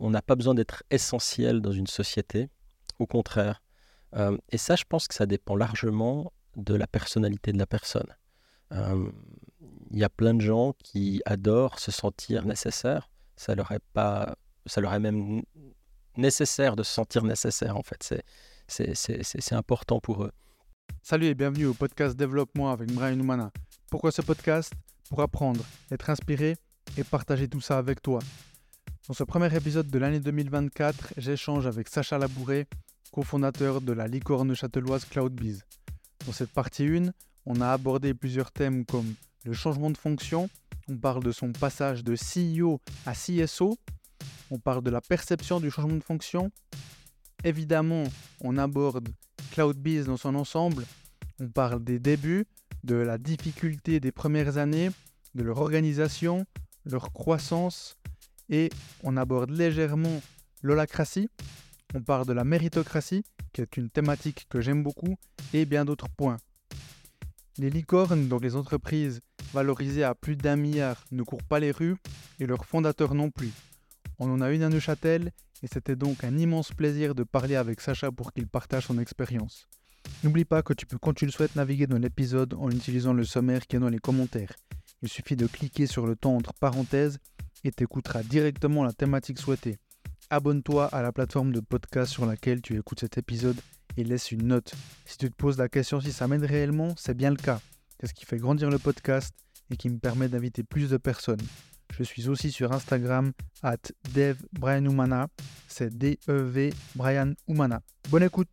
on n'a pas besoin d'être essentiel dans une société. Au contraire. Et ça, je pense que ça dépend largement de la personnalité de la personne. Il y a plein de gens qui adorent se sentir nécessaires. Ça leur est même nécessaire de se sentir nécessaire, en fait. C'est important pour eux. Salut et bienvenue au podcast Développement avec Brian Oumana. Pourquoi ce podcast ? Pour apprendre, être inspiré et partager tout ça avec toi. Dans ce premier épisode de l'année 2024, j'échange avec Sacha Labouré, cofondateur de la licorne châtelloise Cloudbiz. Dans cette partie 1, on a abordé plusieurs thèmes comme le changement de fonction, on parle de son passage de CEO à CSO, on parle de la perception du changement de fonction. Évidemment, on aborde Cloudbiz dans son ensemble, on parle des débuts, de la difficulté des premières années, de leur organisation, leur croissance, et on aborde légèrement l'holacratie, on parle de la méritocratie, qui est une thématique que j'aime beaucoup, et bien d'autres points. Les licornes, donc les entreprises valorisées à plus d'1 milliard, ne courent pas les rues, et leurs fondateurs non plus. On en a une à Neuchâtel, et c'était donc un immense plaisir de parler avec Sacha pour qu'il partage son expérience. N'oublie pas que tu peux, quand tu le souhaites, naviguer dans l'épisode en utilisant le sommaire qui est dans les commentaires. Il suffit de cliquer sur le temps entre parenthèses et t'écouteras directement la thématique souhaitée. Abonne-toi à la plateforme de podcast sur laquelle tu écoutes cet épisode et laisse une note. Si tu te poses la question si ça m'aide réellement, c'est bien le cas. C'est ce qui fait grandir le podcast et qui me permet d'inviter plus de personnes. Je suis aussi sur Instagram @devbrianoumana, c'est D-E-V Brian Oumana. Bonne écoute.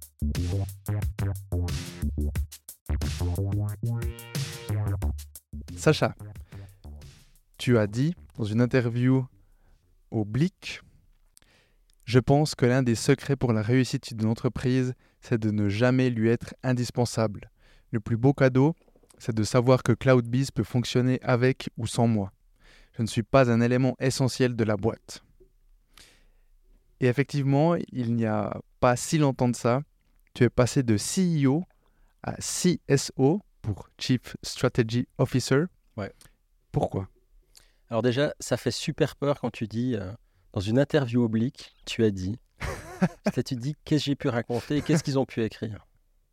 Sacha, tu as dit dans une interview au Blick, je pense que l'un des secrets pour la réussite d'une entreprise, c'est de ne jamais lui être indispensable. Le plus beau cadeau, c'est de savoir que Cloudbiz peut fonctionner avec ou sans moi. Je ne suis pas un élément essentiel de la boîte. Et effectivement, il n'y a pas si longtemps de ça, tu es passé de CEO à CSO pour Chief Strategy Officer. Ouais. Pourquoi ? Alors déjà, ça fait super peur quand tu dis, dans une interview oblique, tu as dit, tu dis qu'est-ce que j'ai pu raconter et qu'est-ce qu'ils ont pu écrire.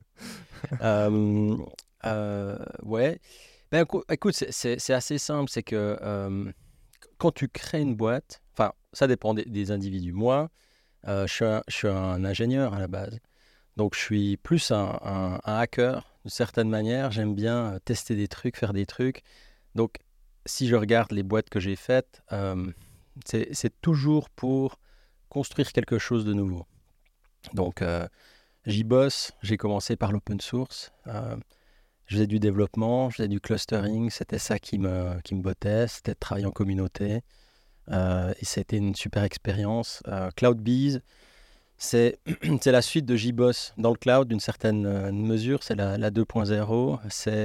Ouais. Ben, écoute, c'est assez simple, c'est que quand tu crées une boîte, enfin, ça dépend des individus. Moi, je suis un ingénieur à la base, donc je suis plus un hacker, d'une certaine manière. J'aime bien tester des trucs, faire des trucs. Donc, si je regarde les boîtes que j'ai faites, c'est toujours pour construire quelque chose de nouveau. Donc, j'y bosse. J'ai commencé par l'open source. Je faisais du développement, je faisais du clustering. C'était ça qui me bottait. C'était de travailler en communauté. Et c'était une super expérience. Cloudbiz, c'est la suite de JBoss dans le cloud d'une certaine mesure. C'est la 2.0.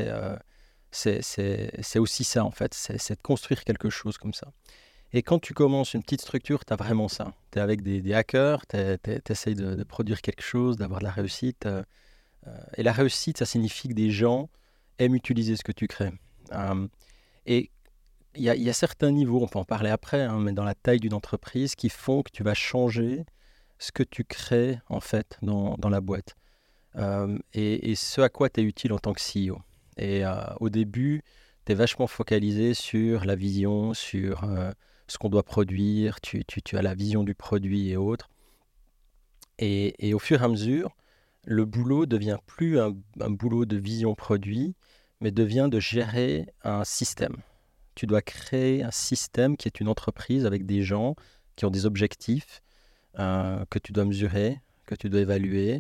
C'est aussi ça, en fait. C'est de construire quelque chose comme ça. Et quand tu commences une petite structure, tu as vraiment ça. Tu es avec des hackers, tu essayes de produire quelque chose, d'avoir de la réussite. Et la réussite, ça signifie que des gens aiment utiliser ce que tu crées. Et il y a certains niveaux, on peut en parler après, hein, mais dans la taille d'une entreprise, qui font que tu vas changer ce que tu crées, en fait, dans la boîte. Et ce à quoi tu es utile en tant que CEO. Et au début, tu es vachement focalisé sur la vision, sur ce qu'on doit produire, tu as la vision du produit et autres. Et au fur et à mesure, le boulot devient plus un boulot de vision produit, mais devient de gérer un système. Tu dois créer un système qui est une entreprise avec des gens qui ont des objectifs que tu dois mesurer, que tu dois évaluer,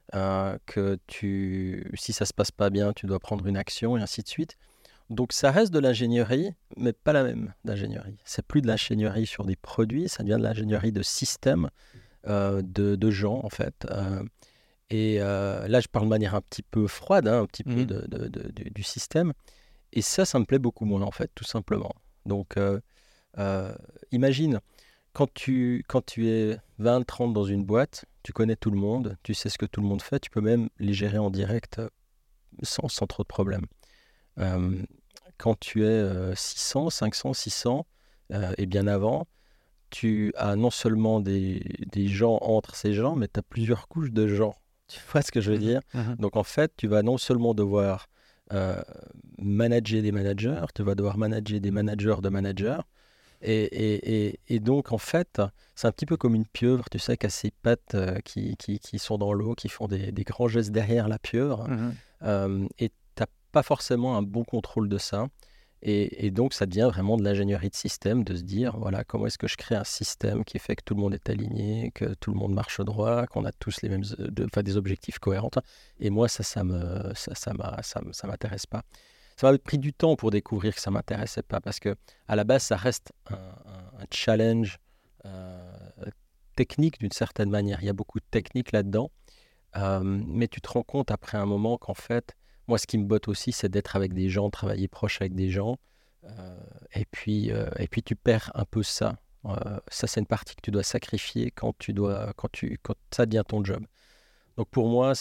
si ça ne se passe pas bien, tu dois prendre une action et ainsi de suite. Donc ça reste de l'ingénierie, mais pas la même d'ingénierie. C'est plus de l'ingénierie sur des produits, ça devient de l'ingénierie de systèmes, de gens en fait. Et là, je parle de manière un petit peu froide, hein, un petit peu du système. Et ça me plaît beaucoup moins en fait, tout simplement. Donc imagine, quand tu es 20-30 dans une boîte, tu connais tout le monde, tu sais ce que tout le monde fait, tu peux même les gérer en direct sans trop de problèmes. Quand tu es 600, 500, 600 et bien avant, tu as non seulement des gens entre ces gens, mais tu as plusieurs couches de gens. Tu vois ce que je veux dire? Donc en fait, tu vas non seulement devoir euh, manager des managers, tu vas devoir manager des managers de managers. Et donc en fait, c'est un petit peu comme une pieuvre, tu sais, qui a ses pattes qui sont dans l'eau, qui font des grands gestes derrière la pieuvre. Et tu n'as pas forcément un bon contrôle de ça. Et donc, ça devient vraiment de l'ingénierie de système, de se dire, voilà, comment est-ce que je crée un système qui fait que tout le monde est aligné, que tout le monde marche droit, qu'on a tous les mêmes, enfin, des objectifs cohérents. Et moi, ça m'intéresse pas. Ça m'a pris du temps pour découvrir que ça m'intéressait pas, parce que à la base, ça reste un challenge technique d'une certaine manière. Il y a beaucoup de technique là-dedans, mais tu te rends compte après un moment qu'en fait, moi, ce qui me botte aussi, c'est d'être avec des gens, travailler proche avec des gens. Et puis tu perds un peu ça. Ça, c'est une partie que tu dois sacrifier quand ça devient ton job. Donc pour moi,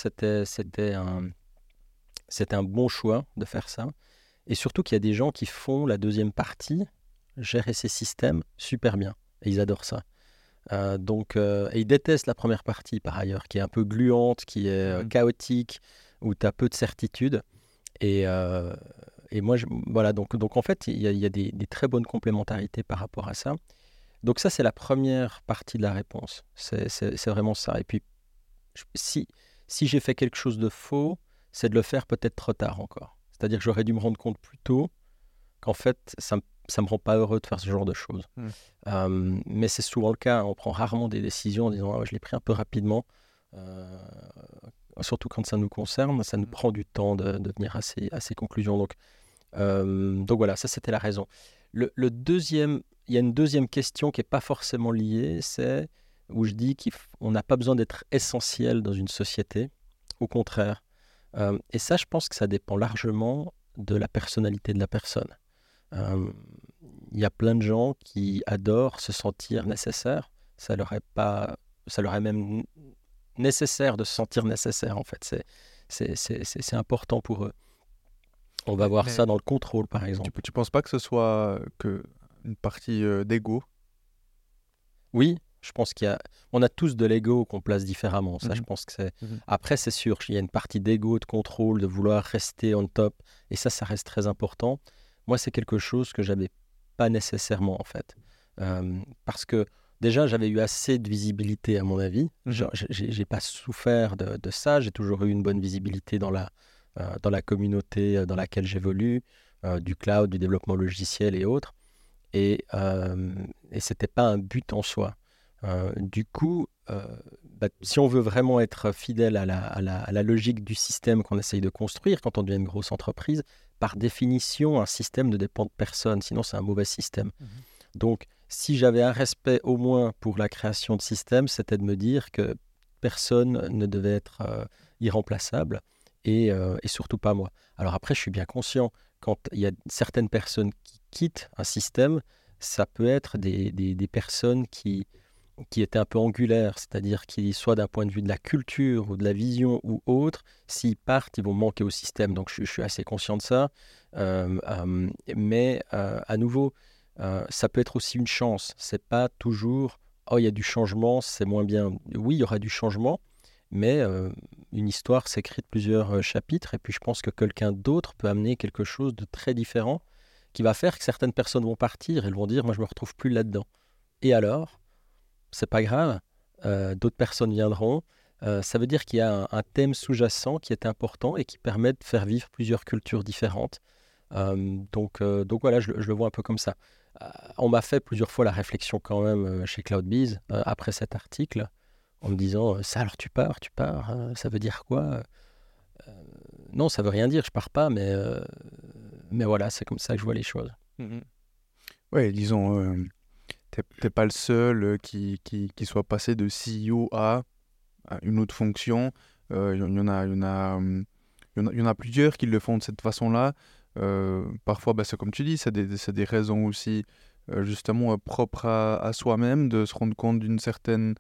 c'était un bon choix de faire ça. Et surtout qu'il y a des gens qui font la deuxième partie, gérer ces systèmes, super bien. Et ils adorent ça. Et ils détestent la première partie, par ailleurs, qui est un peu gluante, qui est chaotique, où tu as peu de certitude. Et, euh, et moi, voilà, donc en fait, il y a des très bonnes complémentarités par rapport à ça. Donc ça, c'est la première partie de la réponse. C'est vraiment ça. Et puis, si j'ai fait quelque chose de faux, c'est de le faire peut-être trop tard encore. C'est-à-dire que j'aurais dû me rendre compte plus tôt qu'en fait, ça me rend pas heureux de faire ce genre de choses. Mais c'est souvent le cas. On prend rarement des décisions en disant, ah, je l'ai pris un peu rapidement. Euh, Surtout quand ça nous concerne, ça nous prend du temps de venir à ces conclusions. Donc voilà, ça c'était la raison. Il y a une deuxième question qui n'est pas forcément liée, c'est où je dis qu'on n'a pas besoin d'être essentiel dans une société, au contraire. Et ça, je pense que ça dépend largement de la personnalité de la personne. Euh, Il y a plein de gens qui adorent se sentir nécessaires. Ça leur est même nécessaire de se sentir nécessaire, en fait. C'est important pour eux. On va voir Mais ça dans le contrôle, par exemple. tu penses pas que ce soit que une partie d'ego? Oui, je pense on a tous de l'ego qu'on place différemment. Ça, je pense que c'est. Mhm. Après, c'est sûr, il y a une partie d'ego, de contrôle, de vouloir rester on top. Et ça reste très important. Moi, c'est quelque chose que j'avais pas nécessairement, en fait. Parce que déjà, j'avais eu assez de visibilité, à mon avis. Genre, j'ai pas souffert de ça. J'ai toujours eu une bonne visibilité dans la communauté dans laquelle j'évolue, du cloud, du développement logiciel et autres. Et c'était pas un but en soi. Du coup, si on veut vraiment être fidèle à la logique du système qu'on essaye de construire quand on devient une grosse entreprise, par définition, un système ne dépend de personne, sinon c'est un mauvais système. Donc, si j'avais un respect au moins pour la création de systèmes, c'était de me dire que personne ne devait être irremplaçable et surtout pas moi. Alors après, je suis bien conscient, quand il y a certaines personnes qui quittent un système, ça peut être des personnes qui étaient un peu angulaires, c'est-à-dire qui, soit d'un point de vue de la culture ou de la vision ou autre, s'ils partent, ils vont manquer au système. Donc je suis assez conscient de ça. Mais à nouveau, ça peut être aussi une chance. C'est pas toujours, oh, il y a du changement, c'est moins bien. Oui, il y aura du changement, mais une histoire s'écrit de plusieurs chapitres, et puis je pense que quelqu'un d'autre peut amener quelque chose de très différent qui va faire que certaines personnes vont partir et elles vont dire, moi je me retrouve plus là-dedans. Et alors, c'est pas grave, d'autres personnes viendront. Ça veut dire qu'il y a un thème sous-jacent qui est important et qui permet de faire vivre plusieurs cultures différentes. Donc voilà, je le vois un peu comme ça. On m'a fait plusieurs fois la réflexion quand même chez CloudBees après cet article en me disant ça alors tu pars, ça veut dire quoi? Non, ça veut rien dire, je pars pas, mais voilà, c'est comme ça que je vois les choses. Mhm. Ouais, disons, t'es pas le seul qui soit passé de CEO à une autre fonction. Il y en a plusieurs qui le font de cette façon-là. Parfois, bah, c'est comme tu dis, c'est des raisons aussi justement propres à soi-même, de se rendre compte d'une certaine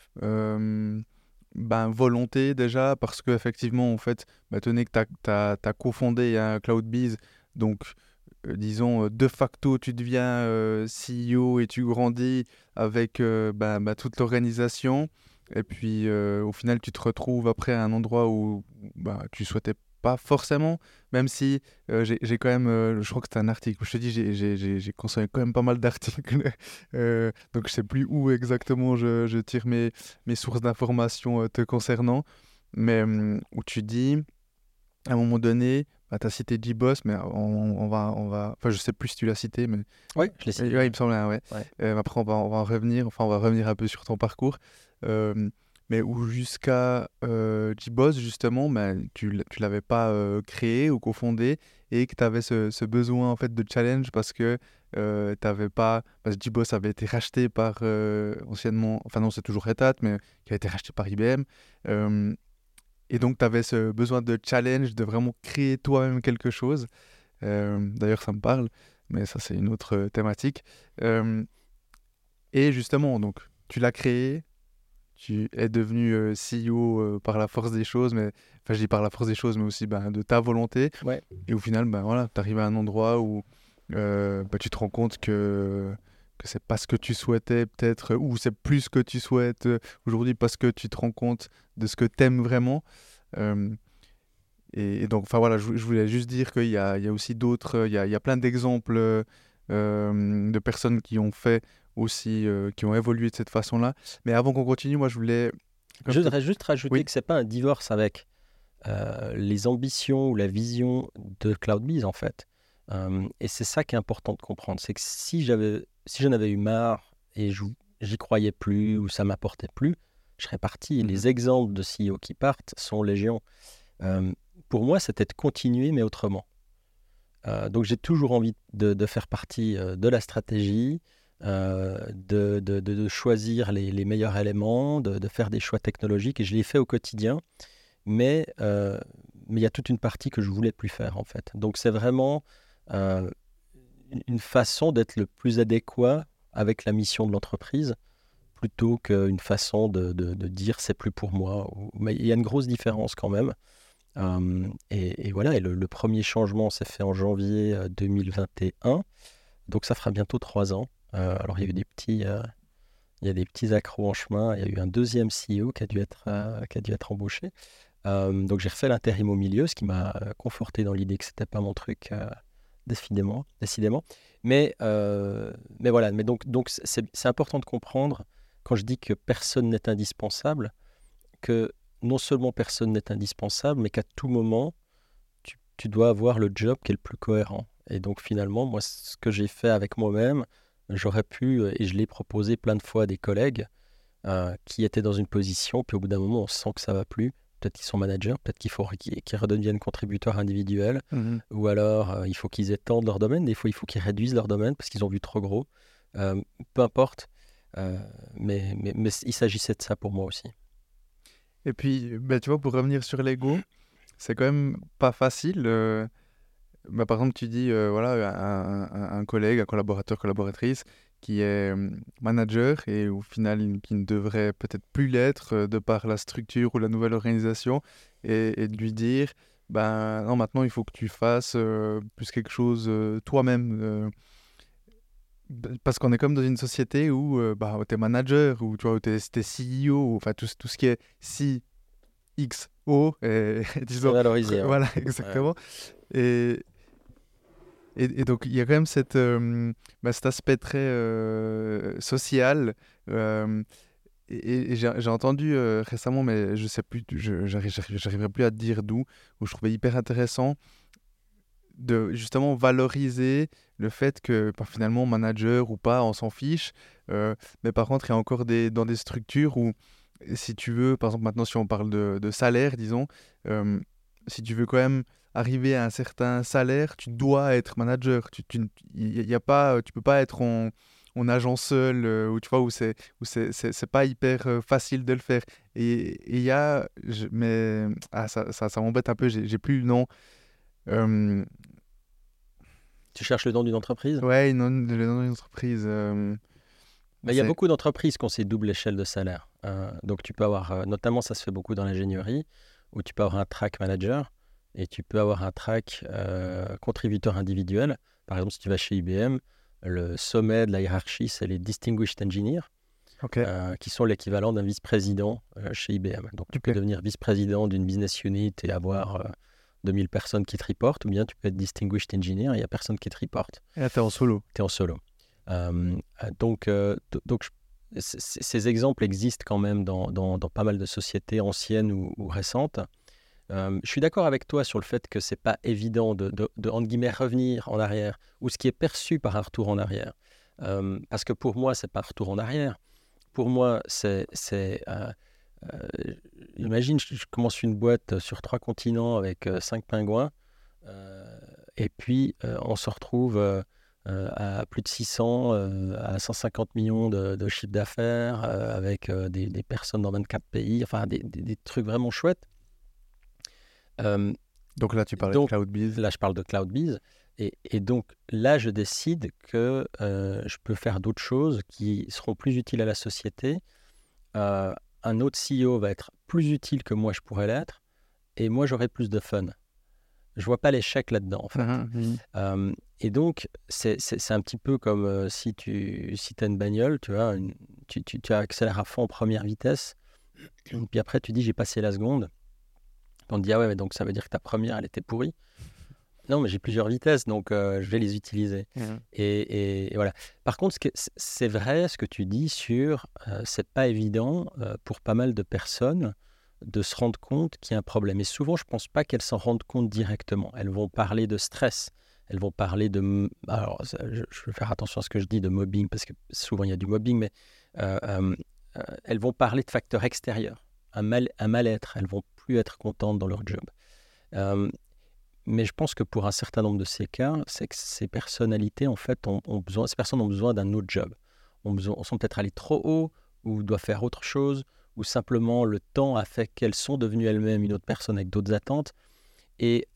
ben, volonté déjà, parce qu'effectivement, en fait, bah, tenez que tu as cofondé un CloudBees, donc disons, de facto, tu deviens CEO et tu grandis avec toute l'organisation. Et puis, au final, tu te retrouves après à un endroit où tu souhaitais pas forcément, même si j'ai quand même, je crois que c'était un article, je te dis, j'ai consommé quand même pas mal d'articles, donc je sais plus où exactement je tire mes sources d'informations te concernant, mais où tu dis, à un moment donné, tu as cité G-Boss, mais enfin, je sais plus si tu l'as cité, mais Oui, je l'ai cité. ouais, il me semble, hein, ouais. Ouais. Après, on va en revenir, enfin, on va revenir un peu sur ton parcours. Euh, mais où jusqu'à G-Boss, justement, tu l'avais pas créé ou cofondé et que tu avais ce besoin en fait, de challenge parce que t'avais pas. Parce que G-Boss avait été racheté par anciennement, enfin non, c'est toujours Red Hat, mais qui a été racheté par IBM. Euh, et donc, tu avais ce besoin de challenge, de vraiment créer toi-même quelque chose. D'ailleurs, ça me parle, mais ça, c'est une autre thématique. Euh, et justement, donc, tu l'as créé, tu es devenu CEO par la force des choses, mais enfin, je dis par la force des choses, mais aussi de ta volonté. Ouais. Et au final, voilà, tu arrives à un endroit où tu te rends compte que c'est pas ce que tu souhaitais, peut-être, ou c'est plus ce que tu souhaites aujourd'hui parce que tu te rends compte de ce que tu aimes vraiment. Euh, et donc, enfin voilà, je voulais juste dire qu'il y a aussi d'autres, il y a plein d'exemples de personnes qui ont fait aussi, qui ont évolué de cette façon-là. Mais avant qu'on continue, moi je voulais... Je voudrais juste rajouter Oui. que c'est pas un divorce avec les ambitions ou la vision de CloudBees en fait. Et c'est ça qui est important de comprendre, c'est que si j'en avais eu marre et j'y croyais plus ou ça m'apportait plus, je serais parti. Les exemples de CEO qui partent sont légion. Pour moi, c'était de continuer, mais autrement. Donc j'ai toujours envie de faire partie de la stratégie, de choisir les meilleurs éléments, de faire des choix technologiques, et je l'ai fait au quotidien, mais il y a toute une partie que je ne voulais plus faire en fait. Donc c'est vraiment une façon d'être le plus adéquat avec la mission de l'entreprise, plutôt qu'une façon de dire c'est plus pour moi. Mais il y a une grosse différence quand même. Et voilà, et le premier changement s'est fait en janvier 2021, donc ça fera bientôt 3 ans. Alors il y a eu il y a des petits accros en chemin. Il y a eu un deuxième CEO qui a dû être embauché. Donc j'ai refait l'intérim au milieu, ce qui m'a conforté dans l'idée que c'était pas mon truc, décidément. Mais voilà, donc c'est important de comprendre quand je dis que personne n'est indispensable, que non seulement personne n'est indispensable, mais qu'à tout moment, tu dois avoir le job qui est le plus cohérent. Et donc finalement, moi, ce que j'ai fait avec moi-même, j'aurais pu, et je l'ai proposé plein de fois à des collègues qui étaient dans une position, puis au bout d'un moment, on sent que ça va plus. Peut-être qu'ils sont managers, peut-être qu'il faut qu'ils redeviennent contributeurs individuels, ou alors il faut qu'ils étendent leur domaine, des fois il faut qu'ils réduisent leur domaine parce qu'ils ont vu trop gros. Peu importe, mais il s'agissait de ça pour moi aussi. Et puis, tu vois, pour revenir sur l'ego, c'est quand même pas facile. Par exemple, tu dis, voilà, un collègue, un collaborateur, collaboratrice qui est manager et au final qui ne devrait peut-être plus l'être de par la structure ou la nouvelle organisation et de lui dire, non, maintenant il faut que tu fasses plus quelque chose toi-même. Parce qu'on est comme dans une société où tu es manager, ou tu vois, tu es CEO, enfin tout ce qui est CXO, et, C'est disons, valorisé. voilà, exactement. Et, et donc, il y a quand même cet aspect très social. euh, et j'ai entendu récemment, mais je sais plus, j'arriverai plus à te dire d'où, où je trouvais hyper intéressant de justement valoriser le fait que finalement, manager ou pas, on s'en fiche. Mais par contre, il y a encore dans des structures où, si tu veux, par exemple, maintenant, si on parle de salaire, disons, si tu veux quand même arriver à un certain salaire, tu dois être manager. Y a pas, tu peux pas être en agent seul, ou tu vois, c'est pas hyper facile de le faire. Et il y a, mais ça m'embête un peu, j'ai plus le nom. Tu cherches le nom d'une entreprise? Ouais, le nom d'une entreprise. Il y a beaucoup d'entreprises qui ont ces doubles échelles de salaire. Donc tu peux avoir, notamment ça se fait beaucoup dans l'ingénierie, où tu peux avoir un track manager et tu peux avoir un track contributeur individuel. Par exemple, si tu vas chez IBM, le sommet de la hiérarchie, c'est les Distinguished Engineers, Ok. qui sont l'équivalent d'un vice-président chez IBM. Donc, tu peux devenir vice-président d'une business unit et avoir 2000 personnes qui te reportent, ou bien tu peux être Distinguished Engineer et il n'y a personne qui te reporte. Et là, tu es en solo. Tu es en solo. Donc, ces exemples existent quand même dans pas mal de sociétés anciennes ou récentes. Je suis d'accord avec toi sur le fait que c'est pas évident de entre guillemets, revenir en arrière, ou ce qui est perçu par un retour en arrière. Parce que pour moi, c'est pas un retour en arrière. Pour moi, imagine, je commence une boîte sur 3 continents avec 5 pingouins, et puis on se retrouve à plus de 600, à 150 millions de chiffre d'affaires, avec des personnes dans 24 pays, enfin des trucs vraiment chouettes. Donc là, tu parlais de CloudBees. Là, je parle de CloudBees. Et donc, là, je décide que je peux faire d'autres choses qui seront plus utiles à la société. Un autre CEO va être plus utile que moi, je pourrais l'être. Et moi, j'aurai plus de fun. Je vois pas l'échec là-dedans, en fait. Et donc, c'est un petit peu comme si tu as une bagnole, tu vois, tu accélères à fond en première vitesse. Puis après, tu dis, j'ai passé la seconde. On te dit, ah ouais, mais donc ça veut dire que ta première, elle était pourrie. Non, mais j'ai plusieurs vitesses, donc je vais les utiliser. Et voilà. Par contre, c'est vrai ce que tu dis sur c'est pas évident pour pas mal de personnes de se rendre compte qu'il y a un problème. Et souvent, je pense pas qu'elles s'en rendent compte directement. Elles vont parler de stress. Elles vont parler de... Alors, je vais faire attention à ce que je dis de mobbing, parce que souvent, il y a du mobbing, mais elles vont parler de facteurs extérieurs, un mal-être. Elles vont plus être contentes dans leur job. Mais je pense que pour un certain nombre de ces cas, c'est que ces personnalités, en fait, ces personnes ont besoin d'un autre job. Sont peut-être allées trop haut, ou doivent faire autre chose, ou simplement le temps a fait qu'elles sont devenues elles-mêmes une autre personne avec d'autres attentes. Et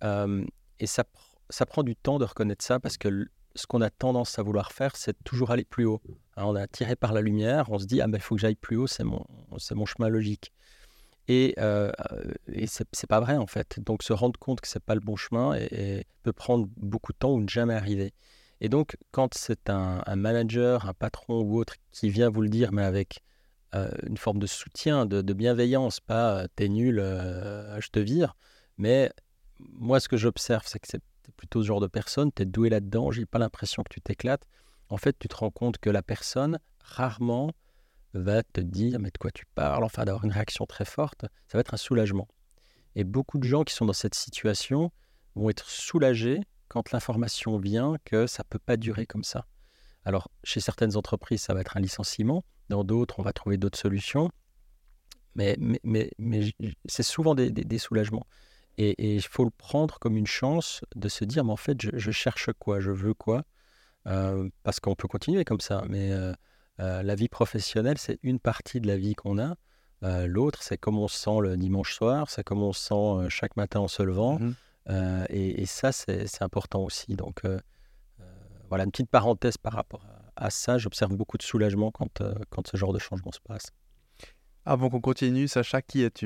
ça prend du temps de reconnaître ça, parce que ce qu'on a tendance à vouloir faire, c'est toujours aller plus haut. Hein, on est attiré par la lumière, on se dit, ah ben, il faut que j'aille plus haut, c'est mon chemin logique. Et c'est pas vrai, en fait. Donc, se rendre compte que c'est pas le bon chemin et peut prendre beaucoup de temps ou ne jamais arriver. Et donc, quand c'est un manager, un patron ou autre qui vient vous le dire, mais avec une forme de soutien, de bienveillance, pas t'es nul, je te vire. Mais moi, ce que j'observe, c'est que c'est plutôt ce genre de personne, t'es doué là-dedans, j'ai pas l'impression que tu t'éclates. En fait, tu te rends compte que la personne, rarement, va te dire mais de quoi tu parles, enfin d'avoir une réaction très forte, ça va être un soulagement. Et beaucoup de gens qui sont dans cette situation vont être soulagés quand l'information vient que ça ne peut pas durer comme ça. Alors, chez certaines entreprises, ça va être un licenciement, dans d'autres, on va trouver d'autres solutions, mais c'est souvent des soulagements. Et il faut le prendre comme une chance de se dire, mais en fait, je cherche quoi, je veux quoi, parce qu'on peut continuer comme ça, mais la vie professionnelle, c'est une partie de la vie qu'on a. L'autre, c'est comme on se sent le dimanche soir, c'est comme on se sent chaque matin en se levant. Et ça, c'est important aussi. Donc, voilà, une petite parenthèse par rapport à ça. J'observe beaucoup de soulagement quand ce genre de changement se passe. Avant qu'on continue, Sacha, qui es-tu ?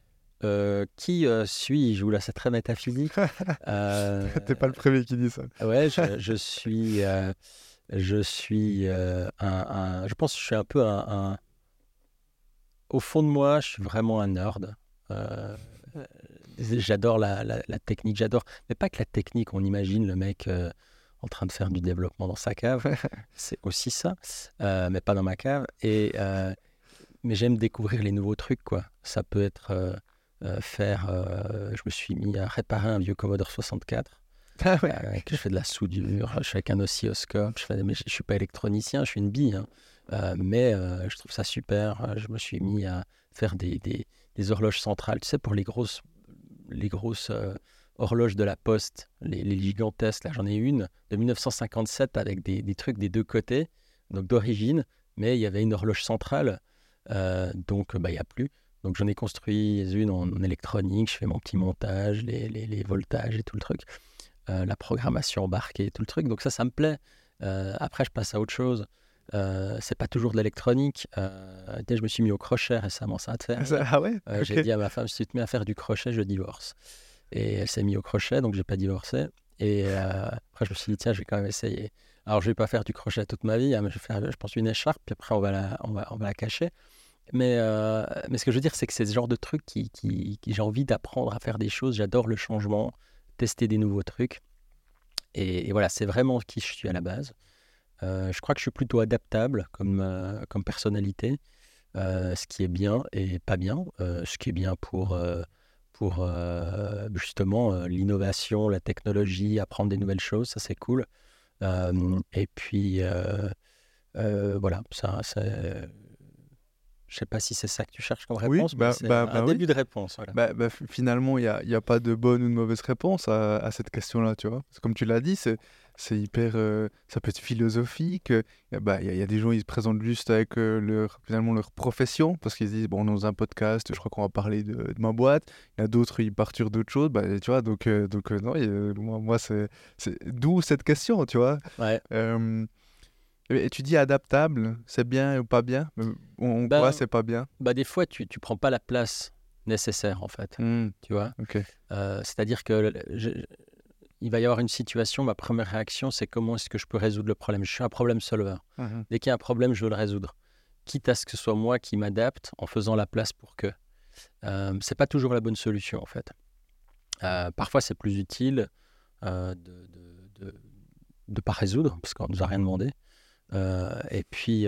Qui suis-je ? Là, c'est très métaphysique. T'es pas le premier qui dit ça. Ouais, je suis... je pense que je suis un peu au fond de moi, je suis vraiment un nerd. J'adore la technique, mais pas que la technique. On imagine le mec en train de faire du développement dans sa cave. C'est aussi ça, mais pas dans ma cave. Mais j'aime découvrir les nouveaux trucs, quoi. Ça peut être je me suis mis à réparer un vieux Commodore 64. Ah ouais. Je fais de la soudure, je fais avec un oscilloscope, mais je ne suis pas électronicien, je suis une bille, hein. Mais je trouve ça super. Je me suis mis à faire des horloges centrales, tu sais, pour les grosses horloges de la Poste, les gigantesques. Là, j'en ai une de 1957 avec des trucs des deux côtés, donc d'origine, mais il y avait une horloge centrale, donc il n'y a plus. Donc j'en ai construit une en électronique, je fais mon petit montage, les voltages et tout le truc. La programmation embarquée, tout le truc. Donc ça me plaît. Après, je passe à autre chose. C'est pas toujours de l'électronique. Je me suis mis au crochet récemment, ça va te faire. Ah ouais, okay. J'ai dit à ma femme, si tu te mets à faire du crochet, je divorce. Et elle s'est mise au crochet, donc j'ai pas divorcé. Et après, je me suis dit, tiens, je vais quand même essayer. Alors, je vais pas faire du crochet toute ma vie, hein, mais je vais faire, je pense, une écharpe, puis après, on va la cacher. Mais ce que je veux dire, c'est que c'est ce genre de truc qui j'ai envie d'apprendre à faire des choses. J'adore le changement, tester des nouveaux trucs. Et voilà, c'est vraiment qui je suis à la base. Je crois que je suis plutôt adaptable comme personnalité, ce qui est bien et pas bien. Ce qui est bien pour justement l'innovation, la technologie, apprendre des nouvelles choses, ça c'est cool. Et puis voilà, je sais pas si c'est ça que tu cherches comme Oui, réponse, mais c'est un oui. début de réponse. Voilà. Finalement, il y a pas de bonne ou de mauvaise réponse à cette question-là, tu vois. Parce que comme tu l'as dit, c'est hyper, ça peut être philosophique. Il y a des gens, ils se présentent juste avec finalement leur profession, parce qu'ils se disent, bon, dans un podcast, je crois qu'on va parler de ma boîte. Il y a d'autres, ils partent sur d'autres choses. Tu vois, non, moi c'est d'où cette question, tu vois. Ouais. Euh, et tu dis adaptable, c'est bien ou pas bien? En quoi Ben, c'est pas bien? des fois, tu prends pas la place nécessaire, en fait. Hmm, Tu vois. ok. C'est-à-dire que il va y avoir une situation, ma première réaction, c'est comment est-ce que je peux résoudre le problème. Je suis un problème solver. Mhm. Dès qu'il y a un problème, je veux le résoudre. Quitte à ce que ce soit moi qui m'adapte en faisant la place pour que. C'est pas toujours la bonne solution, en fait. Parfois, c'est plus utile de pas résoudre, parce qu'on nous a rien demandé. Et puis,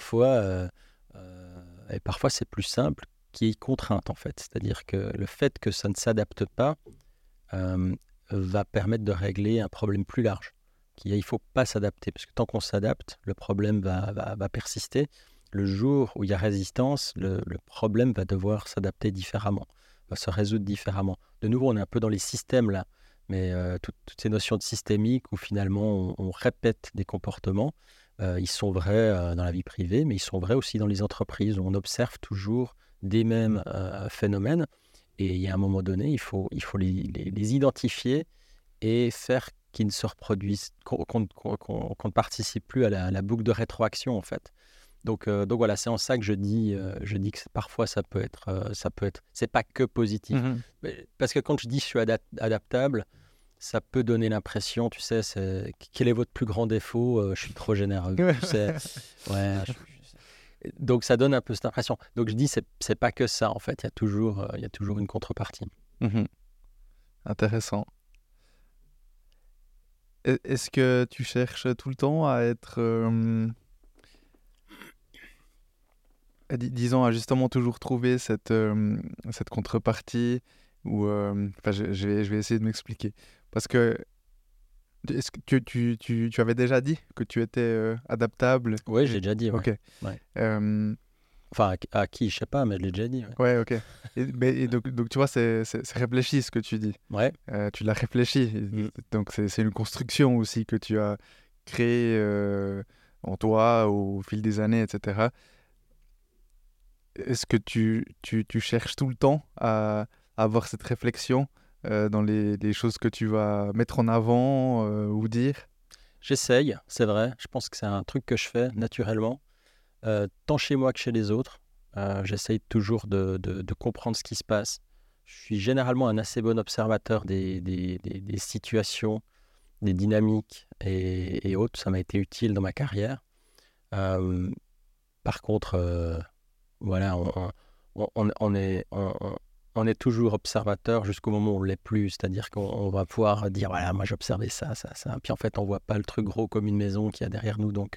parfois, c'est plus simple qu'il y ait contrainte, en fait. C'est-à-dire que le fait que ça ne s'adapte pas euh, va permettre de régler un problème plus large. Il ne faut pas s'adapter, parce que tant qu'on s'adapte, le problème va persister. Le jour où il y a résistance, le problème va devoir s'adapter différemment, va se résoudre différemment. De nouveau, on est un peu dans les systèmes là, mais toutes ces notions de systémique où finalement on répète des comportements, ils sont vrais dans la vie privée, mais ils sont vrais aussi dans les entreprises où on observe toujours des mêmes phénomènes. Et il y a un moment donné, il faut les identifier et faire qu'ils ne se reproduisent, qu'on ne participe plus à la boucle de rétroaction, en fait. Donc voilà, c'est en ça que je dis que parfois ça peut être, c'est pas que positif. Mhm. Parce que quand je dis je suis adaptable, ça peut donner l'impression, tu sais, quel est votre plus grand défaut? Je suis trop généreux. Tu sais, ouais. Donc ça donne un peu cette impression. Donc je dis c'est pas que ça en fait. Il y a toujours une contrepartie. Mhm. Intéressant. Est-ce que tu cherches tout le temps à être, disons, à justement toujours trouver cette contrepartie ou, je vais essayer de m'expliquer. Parce que, est-ce que tu avais déjà dit que tu étais adaptable Oui, et... j'ai déjà dit, ouais. Ok. Ouais. Euh, Enfin, à qui, je sais pas, mais je l'ai déjà dit. Ouais, ouais, ok. Et donc, tu vois, c'est réfléchi ce que tu dis. ouais. Tu l'as réfléchi. Mm. Donc, c'est une construction aussi que tu as créée en toi au fil des années, etc. Est-ce que tu cherches tout le temps à avoir cette réflexion dans les choses que tu vas mettre en avant ou dire? J'essaye, c'est vrai. Je pense que c'est un truc que je fais naturellement, tant chez moi que chez les autres. J'essaye toujours de comprendre ce qui se passe. Je suis généralement un assez bon observateur des situations, des dynamiques et autres. Ça m'a été utile dans ma carrière. Euh, Par contre, voilà, on est toujours observateur jusqu'au moment où on ne l'est plus. C'est-à-dire qu'on va pouvoir dire, voilà, moi j'observais ça, ça, ça. Puis en fait, on ne voit pas le truc gros comme une maison qu'il y a derrière nous. Donc,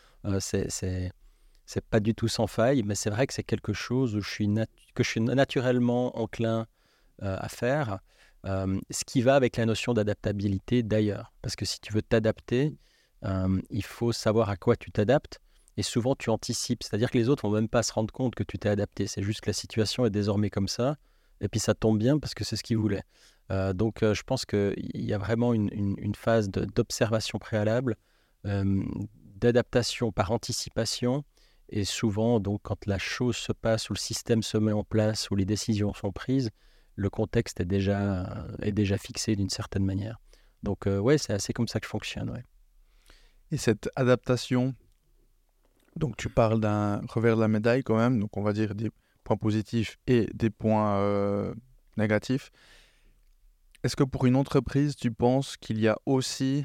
c'est pas du tout sans faille. Mais c'est vrai que c'est quelque chose où que je suis naturellement enclin à faire. Ce qui va avec la notion d'adaptabilité d'ailleurs. Parce que si tu veux t'adapter, il faut savoir à quoi tu t'adaptes. Et souvent, tu anticipes. C'est-à-dire que les autres vont même pas se rendre compte que tu t'es adapté. C'est juste que la situation est désormais comme ça. Et puis, ça tombe bien parce que c'est ce qu'ils voulaient. Donc, je pense qu'il y a vraiment une phase d'observation préalable, euh, d'adaptation par anticipation. Et souvent, donc, quand la chose se passe, où le système se met en place, où les décisions sont prises, le contexte est déjà fixé d'une certaine manière. Donc, ouais, c'est assez comme ça que je fonctionne. Ouais. Et cette adaptation, donc tu parles d'un revers de la médaille quand même, donc on va dire des points positifs et des points négatifs. est-ce que pour une entreprise, tu penses qu'il y a aussi...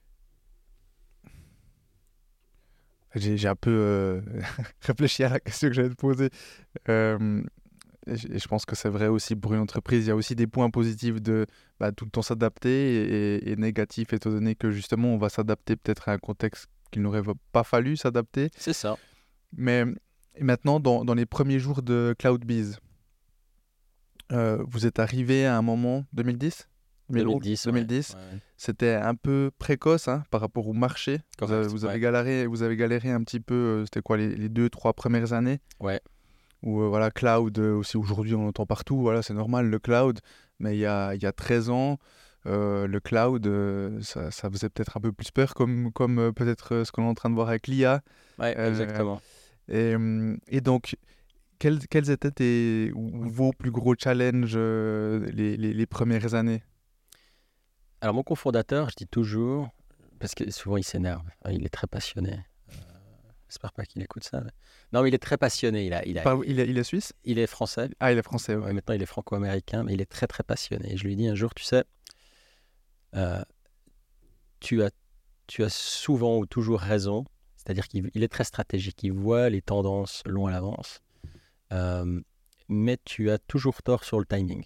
J'ai un peu réfléchi à la question que j'allais te poser. Euh, et je pense que c'est vrai aussi pour une entreprise. Il y a aussi des points positifs de tout le temps s'adapter et négatifs étant donné que justement, on va s'adapter peut-être à un contexte qu'il n'aurait pas fallu s'adapter. C'est ça. Mais maintenant, dans les premiers jours de CloudBees, vous êtes arrivé à un moment, 2010? 2011, 2010, ouais. 2010, Ouais. c'était un peu précoce par rapport au marché. Correct. Vous avez Ouais. galéré un petit peu, c'était quoi les 2, 3 premières années? Ouais. Ou voilà, cloud, aussi aujourd'hui on l'entend partout, voilà, c'est normal le cloud, mais il y a 13 ans, le cloud, ça faisait peut-être un peu plus peur, comme peut-être ce qu'on est en train de voir avec l'IA. Ouais, Euh, exactement. et donc, quels étaient vos plus gros challenges les premières années? Alors, mon cofondateur, je dis toujours, parce que souvent il s'énerve, il est très passionné. J'espère pas qu'il écoute ça. Non, mais il est très passionné. Il est suisse? Il est français. Ah, il est français, Ouais, ok. maintenant, il est franco-américain, mais il est très, très passionné. Et je lui dis un jour, tu sais, euh, tu as, tu as souvent ou toujours raison. C'est-à-dire qu'il est très stratégique. Il voit les tendances loin à l'avance. Euh, mais tu as toujours tort sur le timing.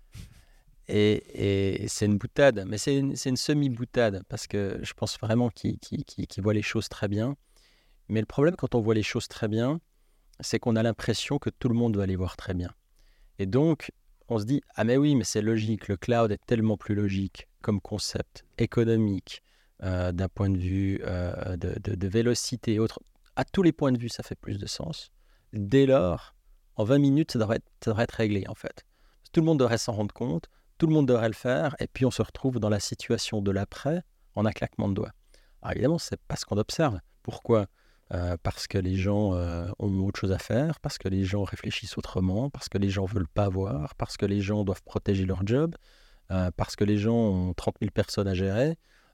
Et c'est une boutade, mais c'est une semi-boutade, parce que je pense vraiment qu'il voit les choses très bien. Mais le problème, quand on voit les choses très bien, c'est qu'on a l'impression que tout le monde va les voir très bien. Et donc, on se dit, ah mais oui, mais c'est logique, le cloud est tellement plus logique comme concept économique, d'un point de vue de vélocité et autres. À tous les points de vue, ça fait plus de sens. Dès lors, en 20 minutes, ça devrait être réglé, en fait. Tout le monde devrait s'en rendre compte, tout le monde devrait le faire, et puis on se retrouve dans la situation de l'après en un claquement de doigts. Alors évidemment, c'est pas ce qu'on observe. Pourquoi ? Parce que les gens ont autre chose à faire, parce que les gens réfléchissent autrement, parce que les gens ne veulent pas voir, parce que les gens doivent protéger leur job, parce que les gens ont 30 000 personnes à gérer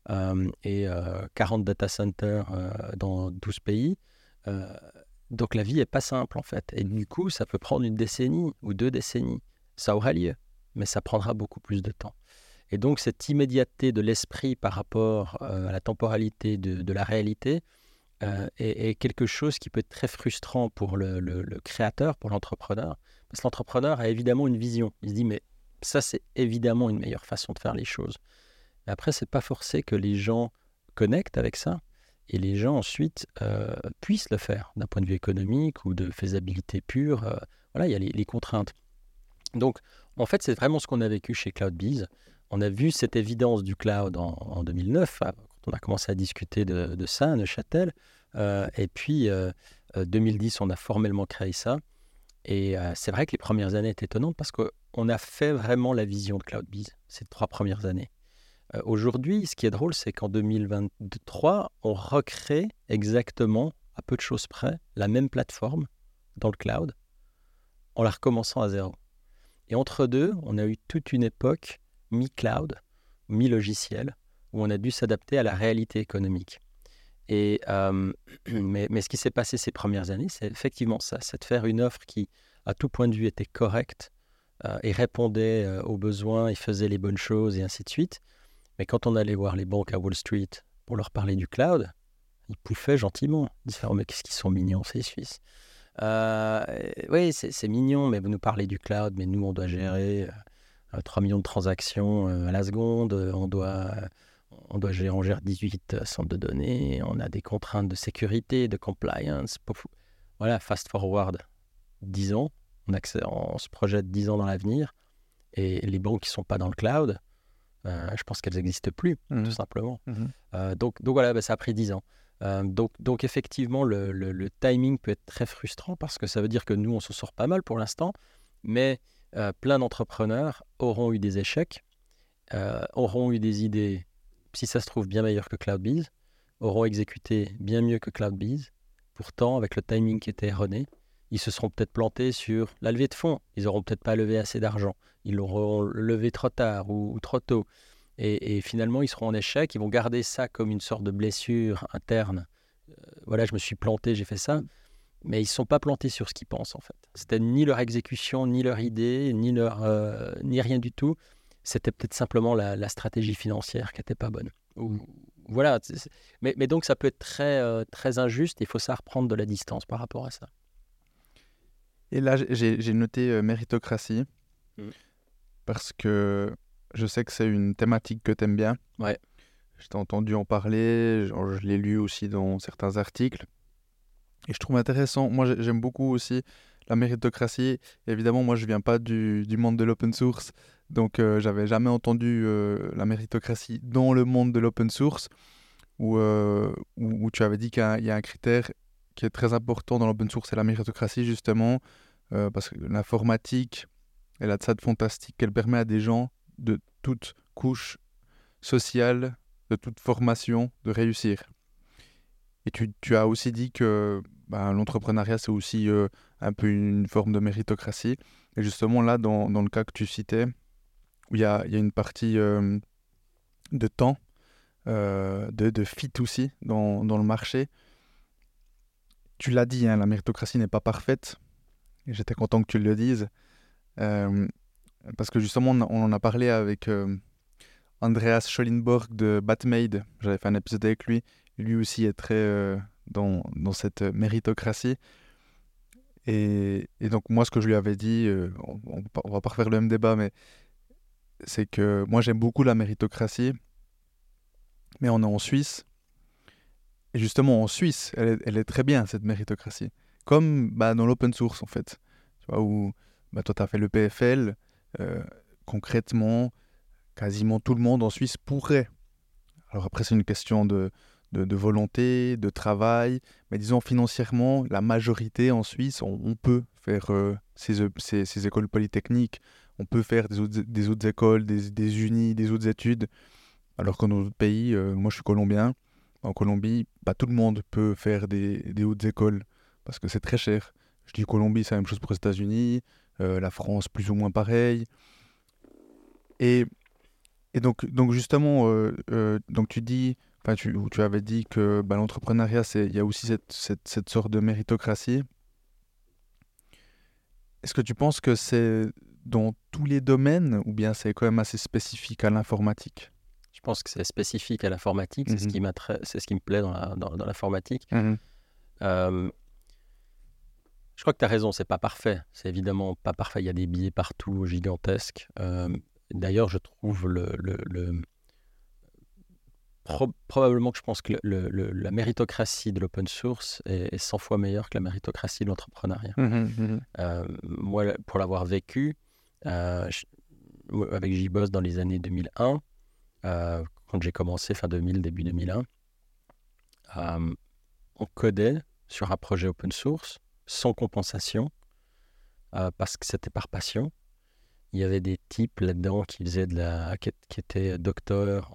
et 40 data centers dans 12 pays. Euh, donc la vie n'est pas simple en fait. Et du coup, ça peut prendre une décennie ou 2 décennies. Ça aura lieu, mais ça prendra beaucoup plus de temps. Et donc cette immédiateté de l'esprit par rapport à la temporalité de la réalité, est quelque chose qui peut être très frustrant pour le créateur, pour l'entrepreneur, parce que l'entrepreneur a évidemment une vision. Il se dit, mais ça, c'est évidemment une meilleure façon de faire les choses. Mais après, c'est pas forcé que les gens connectent avec ça et les gens ensuite puissent le faire d'un point de vue économique ou de faisabilité pure. Voilà, il y a les contraintes. Donc, en fait, c'est vraiment ce qu'on a vécu chez CloudBees. On a vu cette évidence du cloud en 2009, quand on a commencé à discuter de ça à Neuchâtel. Et puis, 2010, on a formellement créé ça. Et c'est vrai que les premières années étaient étonnantes parce qu'on a fait vraiment la vision de CloudBees ces 3 premières années. Aujourd'hui, ce qui est drôle, c'est qu'en 2023, on recrée exactement, à peu de choses près, la même plateforme dans le cloud en la recommençant à zéro. Et entre deux, on a eu toute une époque mi-cloud, mi-logiciel, où on a dû s'adapter à la réalité économique. Et, mais ce qui s'est passé ces premières années, c'est effectivement ça, c'est de faire une offre qui, à tout point de vue, était correcte et répondait aux besoins et faisait les bonnes choses et ainsi de suite. Mais quand on allait voir les banques à Wall Street pour leur parler du cloud, ils pouffaient gentiment. Ils disaient, oh, mais qu'est-ce qu'ils sont mignons, ces Suisses. Oui, c'est mignon, mais vous nous parlez du cloud, mais nous, on doit gérer 3 millions de transactions à la seconde, on gère 18 centres de données, on a des contraintes de sécurité, de compliance. Voilà, fast forward 10 ans, on se projette 10 ans dans l'avenir, et les banques qui ne sont pas dans le cloud, je pense qu'elles n'existent plus, tout simplement. Donc voilà, ça a pris 10 ans. Donc effectivement, le timing peut être très frustrant parce que ça veut dire que nous, on se sort pas mal pour l'instant, mais plein d'entrepreneurs auront eu des échecs, auront eu des idées, si ça se trouve, bien meilleures que CloudBees, auront exécuté bien mieux que CloudBees. Pourtant, avec le timing qui était erroné, ils se seront peut-être plantés sur la levée de fonds. Ils n'auront peut-être pas levé assez d'argent. Ils l'auront levé trop tard ou trop tôt. Et finalement, ils seront en échec. Ils vont garder ça comme une sorte de blessure interne. Voilà, je me suis planté, j'ai fait ça. Mais ils ne sont pas plantés sur ce qu'ils pensent, en fait. C'était ni leur exécution, ni leur idée, ni rien du tout. c'était peut-être simplement la stratégie financière qui n'était pas bonne. Voilà. Mais donc, ça peut être très injuste. Il faut savoir prendre de la distance par rapport à ça. Et là, j'ai noté méritocratie Mm. parce que je sais que c'est une thématique que tu aimes bien. Ouais. Je t'ai entendu en parler, je l'ai lu aussi dans certains articles. Et je trouve intéressant, moi j'aime beaucoup aussi la méritocratie. Évidemment, moi je viens pas du monde de l'open source, donc j'avais jamais entendu la méritocratie dans le monde de l'open source, où tu avais dit qu'il y a un critère qui est très important dans l'open source, c'est la méritocratie justement, parce que l'informatique, elle a de ça de fantastique, qu'elle permet à des gens de toutes couches sociales, de toute formation, de réussir. Et tu as aussi dit que l'entrepreneuriat, c'est aussi un peu une forme de méritocratie. Et justement, là, dans le cas que tu citais, où il y a une partie de temps, de fit aussi dans le marché, tu l'as dit, hein, la méritocratie n'est pas parfaite. Et j'étais content que tu le dises. euh, Parce que justement, on en a parlé avec Andreas Schollenborg de Batmade. J'avais fait un épisode avec lui. Lui aussi est très dans cette méritocratie. Et donc, moi, ce que je lui avais dit, on va pas refaire le même débat, mais c'est que moi, j'aime beaucoup la méritocratie, mais on est en Suisse. Et justement, en Suisse, elle est très bien, cette méritocratie. Comme dans l'open source, en fait. Tu vois, où toi, tu as fait le PFL. Concrètement, quasiment tout le monde en Suisse pourrait. Alors après, c'est une question de volonté, de travail. Mais disons, financièrement, la majorité en Suisse, on peut faire ces écoles polytechniques. On peut faire des autres écoles, des unis, des autres études. Alors que dans d'autres pays, moi je suis colombien, en Colombie, pas tout le monde peut faire des hautes écoles parce que c'est très cher. Je dis Colombie, c'est la même chose pour les États-Unis, la France plus ou moins pareil. Et, et donc justement, donc tu dis, tu avais dit que l'entrepreneuriat, il y a aussi cette sorte de méritocratie. Est-ce que tu penses que c'est dans tous les domaines ou bien c'est quand même assez spécifique à l'informatique? Je pense que c'est spécifique à l'informatique. C'est c'est ce qui me plaît dans l'informatique. Mhm. Je crois que tu as raison, c'est pas parfait. C'est évidemment pas parfait. Il y a des biais partout gigantesques. D'ailleurs, je trouve probablement que je pense que la méritocratie de l'open source est 100 fois meilleure que la méritocratie de l'entrepreneuriat. Mhm, Moi, pour l'avoir vécu, avec JBoss dans les années 2001, quand j'ai commencé, fin 2000, début 2001, on codait sur un projet open source sans compensation, parce que c'était par passion. Il y avait des types là-dedans qui étaient docteurs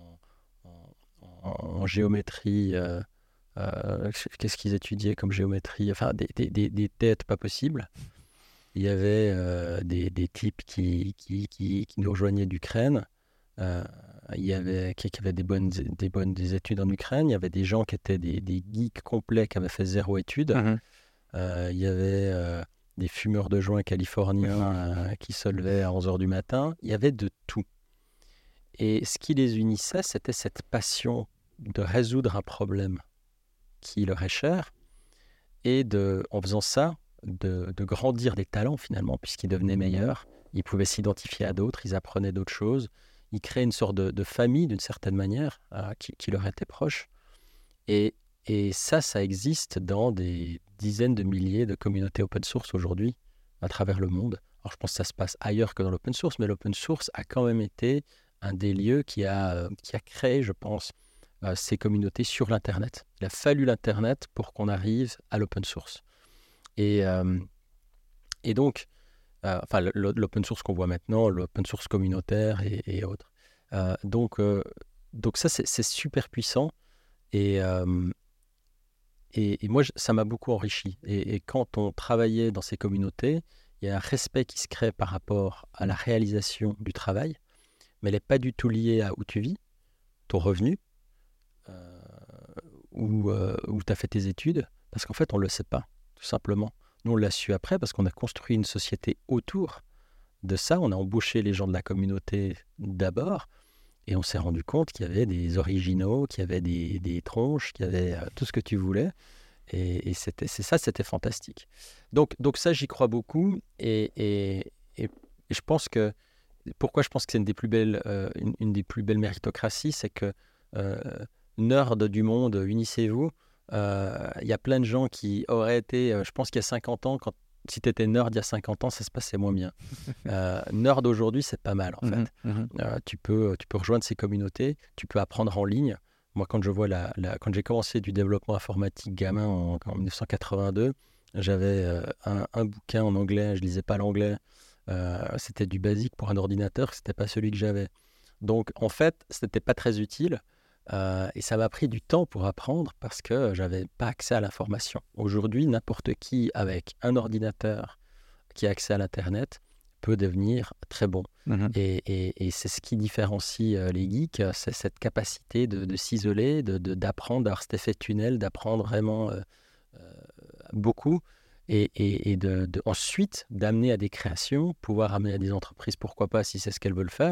en géométrie. Qu'est-ce qu'ils étudiaient comme géométrie? Enfin, des têtes pas possibles. Il y avait des types qui nous rejoignaient d'Ukraine. Il y avait qui avaient des études en Ukraine. Il y avait des gens qui étaient des geeks complets qui avaient fait 0 études. mhm. Il y avait des fumeurs de joints californiens qui se levaient à 11h du matin. Il y avait de tout. Et ce qui les unissait, c'était cette passion de résoudre un problème qui leur est cher et en faisant ça, de grandir des talents finalement, puisqu'ils devenaient meilleurs. Ils pouvaient s'identifier à d'autres, ils apprenaient d'autres choses. Ils créaient une sorte de famille d'une certaine manière qui leur était proche. Et ça existe dans des dizaines de milliers de communautés open source aujourd'hui à travers le monde. Alors je pense que ça se passe ailleurs que dans l'open source, mais l'open source a quand même été un des lieux qui a créé, je pense, ces communautés sur l'Internet. Il a fallu l'Internet pour qu'on arrive à l'open source. Et donc, l'open source qu'on voit maintenant, l'open source communautaire et autres. Donc ça, c'est super puissant. Et moi, ça m'a beaucoup enrichi. Et quand on travaillait dans ces communautés, il y a un respect qui se crée par rapport à la réalisation du travail, mais elle n'est pas du tout liée à où tu vis, ton revenu, où tu as fait tes études, parce qu'en fait, on ne le sait pas, tout simplement. Nous, on l'a su après parce qu'on a construit une société autour de ça. On a embauché les gens de la communauté d'abord et on s'est rendu compte qu'il y avait des originaux, qu'il y avait des tronches, qu'il y avait tout ce que tu voulais. Et c'était fantastique. Donc ça, j'y crois beaucoup. Et je pense que, pourquoi je pense que c'est une des plus belles méritocraties, c'est que euh, nerds du monde, unissez-vous. Il y a plein de gens qui auraient été, je pense qu'il y a 50 ans, si tu étais nerd il y a 50 ans, ça se passait moins bien. Nerd aujourd'hui, c'est pas mal en fait. Tu peux rejoindre ces communautés, tu peux apprendre en ligne. Moi, quand je vois quand j'ai commencé du développement informatique gamin en 1982, j'avais un bouquin en anglais, je lisais pas l'anglais. C'était du basique pour un ordinateur, c'était pas celui que j'avais. Donc, en fait, c'était pas très utile. Et ça m'a pris du temps pour apprendre parce que j'avais pas accès à l'information. Aujourd'hui, n'importe qui avec un ordinateur qui a accès à l'Internet peut devenir très bon. Et c'est ce qui différencie les geeks, c'est cette capacité de s'isoler, d'apprendre, d'avoir cet effet tunnel, d'apprendre vraiment beaucoup et ensuite d'amener à des créations, pouvoir amener à des entreprises, pourquoi pas, si c'est ce qu'elles veulent faire.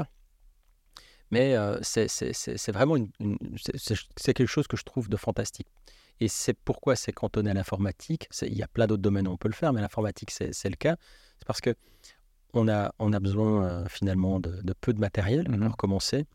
Mais c'est vraiment c'est quelque chose que je trouve de fantastique. Et c'est pourquoi c'est cantonné à l'informatique. Il y a plein d'autres domaines où on peut le faire, mais l'informatique, c'est le cas. C'est parce qu'on a besoin finalement de peu de matériel pour commencer.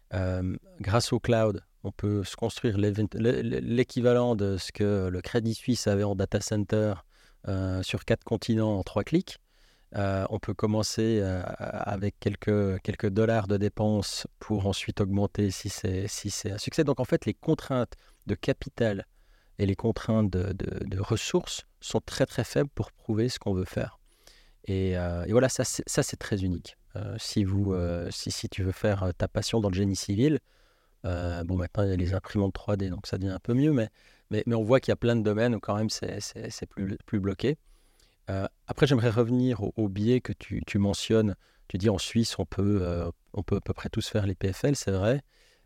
Grâce au cloud, on peut se construire l'équivalent de ce que le Crédit Suisse avait en data center sur 4 continents en 3 clics. On peut commencer avec quelques dollars de dépenses pour ensuite augmenter si c'est un succès. Donc en fait, les contraintes de capital et les contraintes de ressources sont très très faibles pour prouver ce qu'on veut faire. Et voilà, ça c'est très unique. Si tu veux faire ta passion dans le génie civil, bon, maintenant il y a les imprimantes 3D, donc ça devient un peu mieux, mais on voit qu'il y a plein de domaines où quand même c'est plus bloqué. Après, j'aimerais revenir au biais que tu mentionnes. Tu dis en Suisse, on peut à peu près tous faire les PFL, c'est vrai.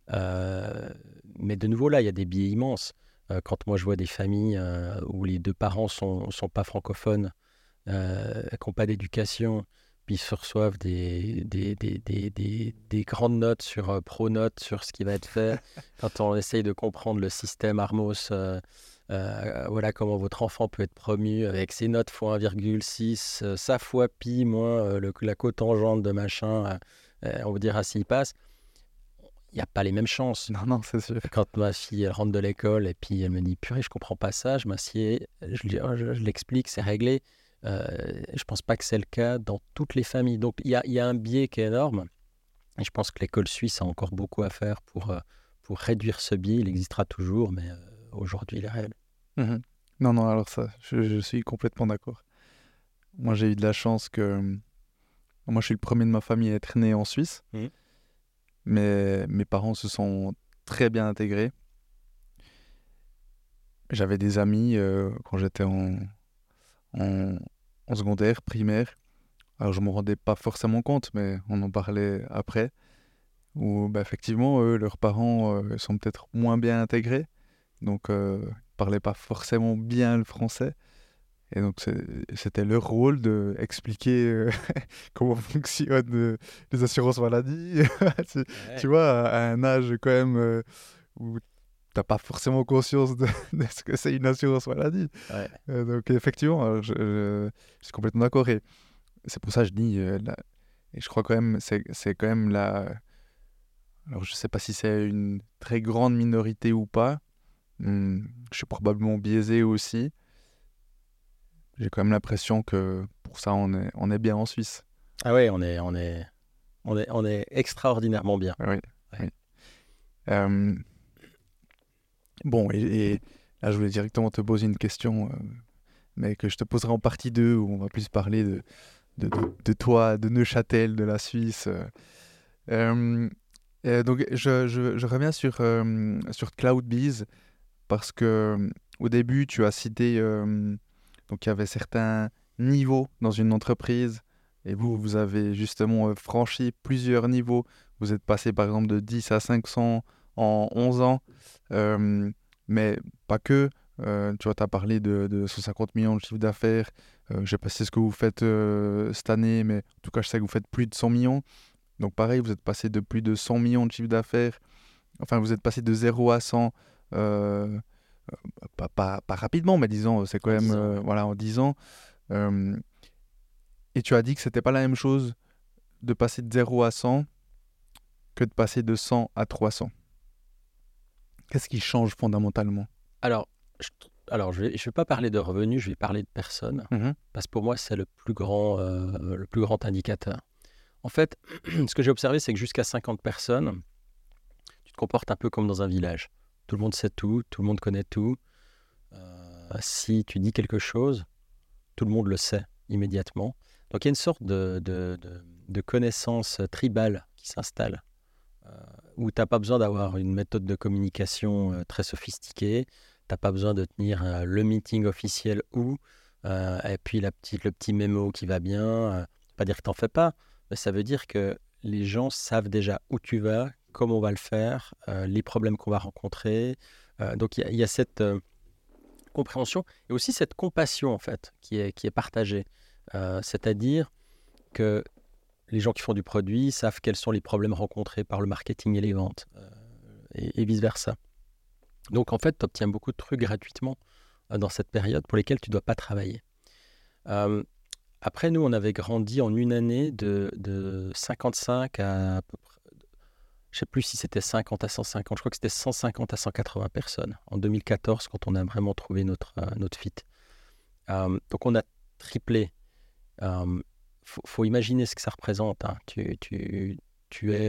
Mais de nouveau, là, il y a des biais immenses. Quand moi, je vois des familles où les deux parents sont pas francophones, qui n'ont pas d'éducation, puis ils se reçoivent des grandes notes sur Pronote, sur ce qui va être fait. Quand on essaye de comprendre le système Armos, voilà comment votre enfant peut être promu avec ses notes fois 1,6, sa fois pi moins la cotangente de machin, on vous dira s'il passe. Il n'y a pas les mêmes chances. Non, c'est sûr. Quand ma fille elle rentre de l'école et puis elle me dit purée, je comprends pas ça, je m'assieds, je l'explique, c'est réglé. Je pense pas que c'est le cas dans toutes les familles. Donc il y a un biais qui est énorme. Et je pense que l'école suisse a encore beaucoup à faire pour réduire ce biais. Il existera toujours, mais aujourd'hui, il est réel. Non, alors ça, je suis complètement d'accord. Moi, j'ai eu de la chance que... Moi, je suis le premier de ma famille à être né en Suisse. Mais mes parents se sont très bien intégrés. J'avais des amis quand j'étais en secondaire, primaire. Alors, je ne me rendais pas forcément compte, mais on en parlait après. Où, effectivement, eux, leurs parents sont peut-être moins bien intégrés. Donc, ils ne parlaient pas forcément bien le français. Et donc, c'était leur rôle d'expliquer comment fonctionnent les assurances maladie. Tu vois, à un âge quand même où tu n'as pas forcément conscience de ce que c'est une assurance maladie. Donc, effectivement, je suis complètement d'accord. Et c'est pour ça que je dis, et je crois quand même, c'est quand même alors, je ne sais pas si c'est une très grande minorité ou pas. Je suis probablement biaisé aussi. J'ai quand même l'impression que pour ça, on est bien en Suisse. Ah ouais, on est extraordinairement bien. Oui. Bon, et là, je voulais directement te poser une question, mais que je te poserai en partie 2, où on va plus parler de toi, de Neuchâtel, de la Suisse. Donc, je reviens sur CloudBees, parce que au début, tu as cité donc il y avait certains niveaux dans une entreprise, et vous avez justement franchi plusieurs niveaux. Vous êtes passé par exemple de 10 à 500 en 11 ans, mais pas que. Tu vois, tu as parlé de 150 millions de chiffre d'affaires Je ne sais pas si c'est ce que vous faites cette année, mais en tout cas, je sais que vous faites plus de 100 millions. Donc pareil, vous êtes passé de plus de 100 millions de chiffre d'affaires. Enfin, vous êtes passé de 0 à 100, euh, pas rapidement, mais disons, c'est quand En même 10 ans, ouais. voilà, en 10 ans. Euh, et tu as dit que c'était pas la même chose de passer de 0 à 100 que de passer de 100 à 300. Qu'est-ce qui change fondamentalement? Alors, je vais pas parler de revenus, je vais parler de personnes, Mhm. parce que pour moi, c'est le plus grand indicateur. En fait, ce que j'ai observé, c'est que jusqu'à 50 personnes, tu te comportes un peu comme dans un village. Tout le monde sait tout le monde connaît tout. Si tu dis quelque chose, tout le monde le sait immédiatement. Donc il y a une sorte de connaissance tribale qui s'installe, euh, où tu n'as pas besoin d'avoir une méthode de communication très sophistiquée, tu n'as pas besoin de tenir le meeting officiel et puis le petit mémo qui va bien. Pas dire que tu n'en fais pas, mais ça veut dire que les gens savent déjà où tu vas, comment on va le faire, les problèmes qu'on va rencontrer. Donc il y a cette compréhension et aussi cette compassion en fait qui est partagée. C'est-à-dire que les gens qui font du produit savent quels sont les problèmes rencontrés par le marketing et les ventes et vice-versa. Donc en fait, tu obtiens beaucoup de trucs gratuitement dans cette période pour lesquels tu ne dois pas travailler. Euh, Après, nous, on avait grandi en une année de 55 à peu près, je ne sais plus si c'était 50 à 150, je crois que c'était 150 à 180 personnes en 2014 quand on a vraiment trouvé notre fit. Donc on a triplé. Faut imaginer ce que ça représente, hein. Tu es,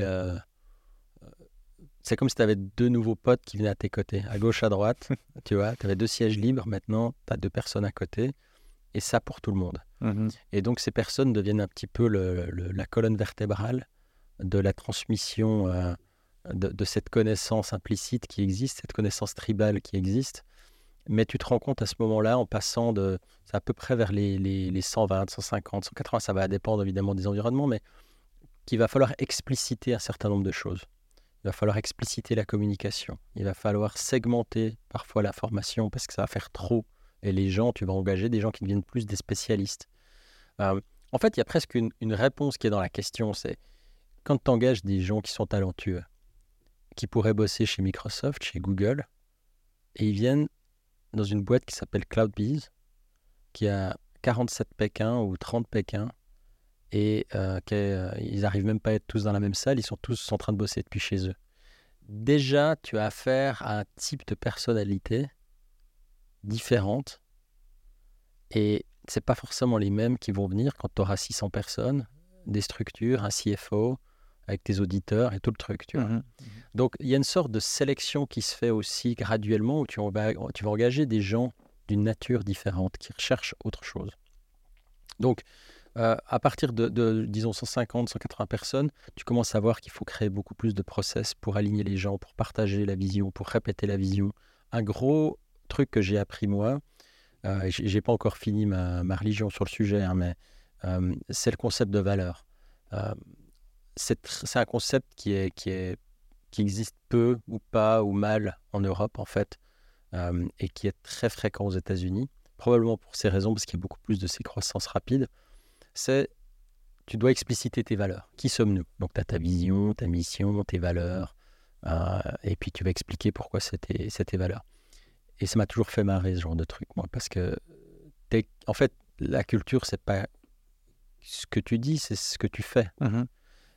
c'est comme si tu avais deux nouveaux potes qui venaient à tes côtés, à gauche, à droite. Tu vois, tu avais deux sièges libres, maintenant tu as deux personnes à côté, et ça pour tout le monde. Mhm. Et donc ces personnes deviennent un petit peu la colonne vertébrale de la transmission de cette connaissance implicite qui existe, cette connaissance tribale qui existe. Mais tu te rends compte à ce moment-là, en passant c'est à peu près vers les 120, 150, 180, ça va dépendre évidemment des environnements, mais qu'il va falloir expliciter un certain nombre de choses. Il va falloir expliciter la communication. Il va falloir segmenter parfois la formation parce que ça va faire trop. Et les gens, tu vas engager des gens qui deviennent plus des spécialistes. En fait, il y a presque une réponse qui est dans la question. C'est quand tu engages des gens qui sont talentueux, qui pourraient bosser chez Microsoft, chez Google, et ils viennent dans une boîte qui s'appelle CloudBees, qui a 47 Pékins ou 30 Pékins, et ils n'arrivent même pas à être tous dans la même salle, ils sont tous en train de bosser depuis chez eux. Déjà, tu as affaire à un type de personnalité différente, et c'est pas forcément les mêmes qui vont venir quand tu auras 600 personnes, des structures, un CFO, avec tes auditeurs et tout le truc, tu vois. Mhm. Donc, il y a une sorte de sélection qui se fait aussi graduellement où tu vas engager des gens d'une nature différente qui recherchent autre chose. Donc, à partir disons, 150, 180 personnes, tu commences à voir qu'il faut créer beaucoup plus de process pour aligner les gens, pour partager la vision, pour répéter la vision. Un gros truc que j'ai appris moi, j'ai pas encore fini ma religion sur le sujet, hein, mais c'est le concept de valeur. Euh, c'est un concept qui existe peu ou pas ou mal en Europe en fait, et qui est très fréquent aux États-Unis, probablement pour ces raisons, parce qu'il y a beaucoup plus de ces croissances rapides. C'est tu dois expliciter tes valeurs. Qui sommes-nous? Donc tu as ta vision, ta mission, tes valeurs, et puis tu vas expliquer pourquoi c'est tes valeurs. Et ça m'a toujours fait marrer ce genre de truc, moi, parce que en fait, la culture, c'est pas ce que tu dis, c'est ce que tu fais. Mhm.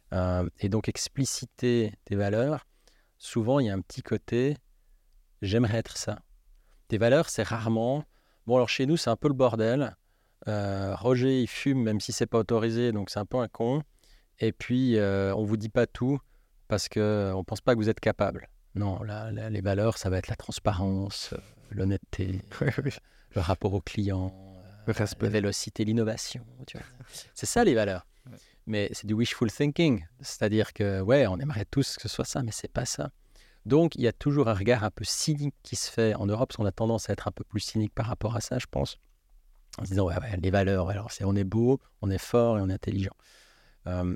Et donc expliciter tes valeurs, souvent il y a un petit côté, j'aimerais être ça. Tes valeurs, c'est rarement, bon alors chez nous c'est un peu le bordel, Roger il fume même si c'est pas autorisé, donc c'est un peu un con, et puis on vous dit pas tout parce qu'on pense pas que vous êtes capable. Non, les valeurs, ça va être la transparence, l'honnêteté, Oui, oui. le rapport au client, Le la respect. vélocité, l'innovation. Tu vois. C'est ça les valeurs. Ouais. Mais c'est du wishful thinking. C'est-à-dire que, ouais, on aimerait tous que ce soit ça, mais c'est pas ça. Donc, il y a toujours un regard un peu cynique qui se fait en Europe, parce qu'on a tendance à être un peu plus cynique par rapport à ça, je pense. En se disant, ouais, les valeurs, ouais, alors on est beau, on est fort et on est intelligent. Euh,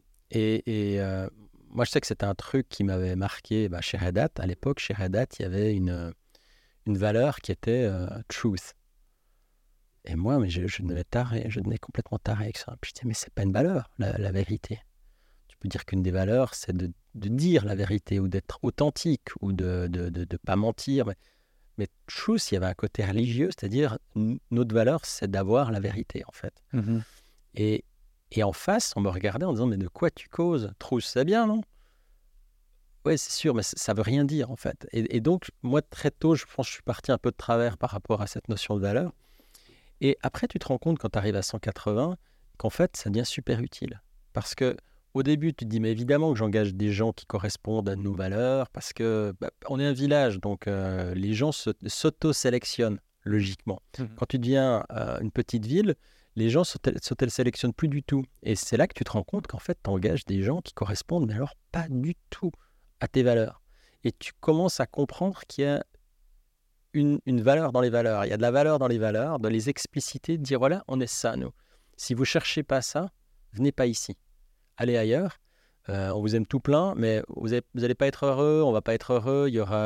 et moi, je sais que c'était un truc qui m'avait marqué chez Red Hat. À l'époque, chez Red Hat, il y avait une valeur qui était truth. Et moi, mais je devenais taré, je devenais complètement taré avec ça. Puis je disais, mais c'est pas une valeur, la vérité. Tu peux dire qu'une des valeurs, c'est de dire la vérité ou d'être authentique ou de pas mentir. Mais truth, il y avait un côté religieux, c'est-à-dire notre valeur, c'est d'avoir la vérité, en fait. Mhm. Et en face, on me regardait en disant, mais de quoi tu causes? Truth, c'est bien, non? Oui, c'est sûr, mais ça veut rien dire, en fait. Et donc, moi, très tôt, je pense que je suis parti un peu de travers par rapport à cette notion de valeur. Et après, tu te rends compte, quand tu arrives à 180, qu'en fait, ça devient super utile. Parce que au début, tu te dis, mais évidemment que j'engage des gens qui correspondent à nos valeurs, parce que on est un village, donc les gens s'auto-sélectionnent, logiquement. Mhm. Quand tu deviens une petite ville, les gens s'auto-sélectionnent plus du tout. Et c'est là que tu te rends compte qu'en fait, tu engages des gens qui correspondent, mais alors pas du tout à tes valeurs. Et tu commences à comprendre qu'il y a une valeur dans les valeurs. Il y a de la valeur dans les valeurs, de les expliciter, de dire voilà, on est ça, nous. Si vous ne cherchez pas ça, venez pas ici. Allez ailleurs. On vous aime tout plein, mais vous n'allez pas être heureux, on ne va pas être heureux. Il y aura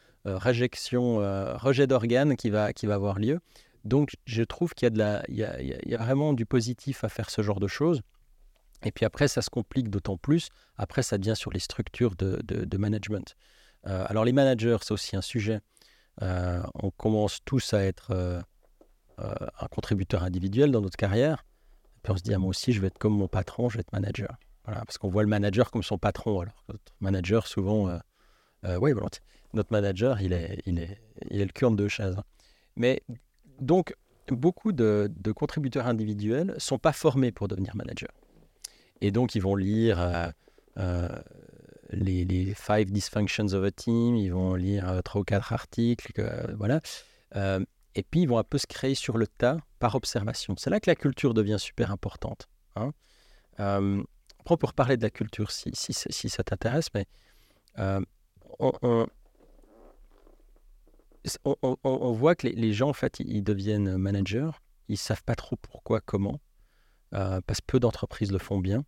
rejet d'organes qui va avoir lieu. Donc, je trouve qu'il y a, il y a vraiment du positif à faire ce genre de choses. Et puis après, ça se complique d'autant plus. Après, ça devient sur les structures de management. Alors, les managers, c'est aussi un sujet. On commence tous à être un contributeur individuel dans notre carrière. Et puis on se dit, ah, moi aussi, je vais être comme mon patron, je vais être manager. Voilà, parce qu'on voit le manager comme son patron. Alors que notre manager, souvent, oui, volontiers. Notre manager, il est le cul en deux chaises. Mais donc, beaucoup de contributeurs individuels ne sont pas formés pour devenir manager. Et donc, ils vont lire euh, les Five Dysfunctions of a Team, ils vont lire 3 ou 4 articles, voilà. Et puis, ils vont un peu se créer sur le tas par observation. C'est là que la culture devient super importante. Hein. Après, on peut reparler de la culture si ça t'intéresse, mais euh, on, on, on voit que les gens, en fait, ils deviennent managers. Ils ne savent pas trop pourquoi, comment, parce que peu d'entreprises le font bien.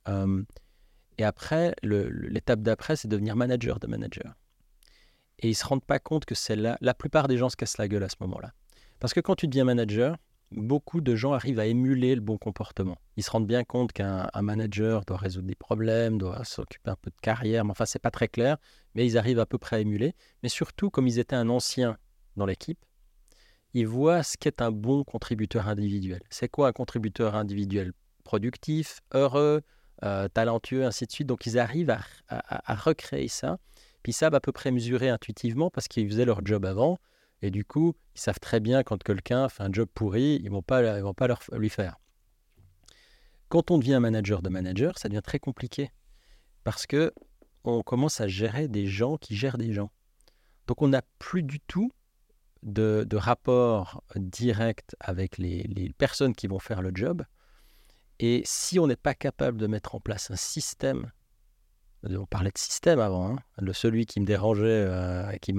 Et après, l'étape d'après, c'est devenir manager de manager. Et ils ne se rendent pas compte que c'est là. La plupart des gens se cassent la gueule à ce moment-là. Parce que quand tu deviens manager, beaucoup de gens arrivent à émuler le bon comportement. Ils se rendent bien compte qu'un manager doit résoudre des problèmes, doit s'occuper un peu de carrière, mais enfin, c'est pas très clair, mais ils arrivent à peu près à émuler. Mais surtout, comme ils étaient un ancien dans l'équipe, ils voient ce qu'est un bon contributeur individuel. C'est quoi un contributeur individuel? Productif, heureux, talentueux, ainsi de suite. Donc, ils arrivent à recréer ça. Puis ils savent à peu près mesurer intuitivement parce qu'ils faisaient leur job avant. Et du coup, ils savent très bien quand quelqu'un fait un job pourri, ils ne vont pas lui faire. Quand on devient manager de manager, ça devient très compliqué parce que on commence à gérer des gens qui gèrent des gens. Donc, on n'a plus du tout de rapport direct avec les personnes qui vont faire le job. Et si on n'est pas capable de mettre en place un système, on parlait de système avant, hein, celui qui me dérangeait, qui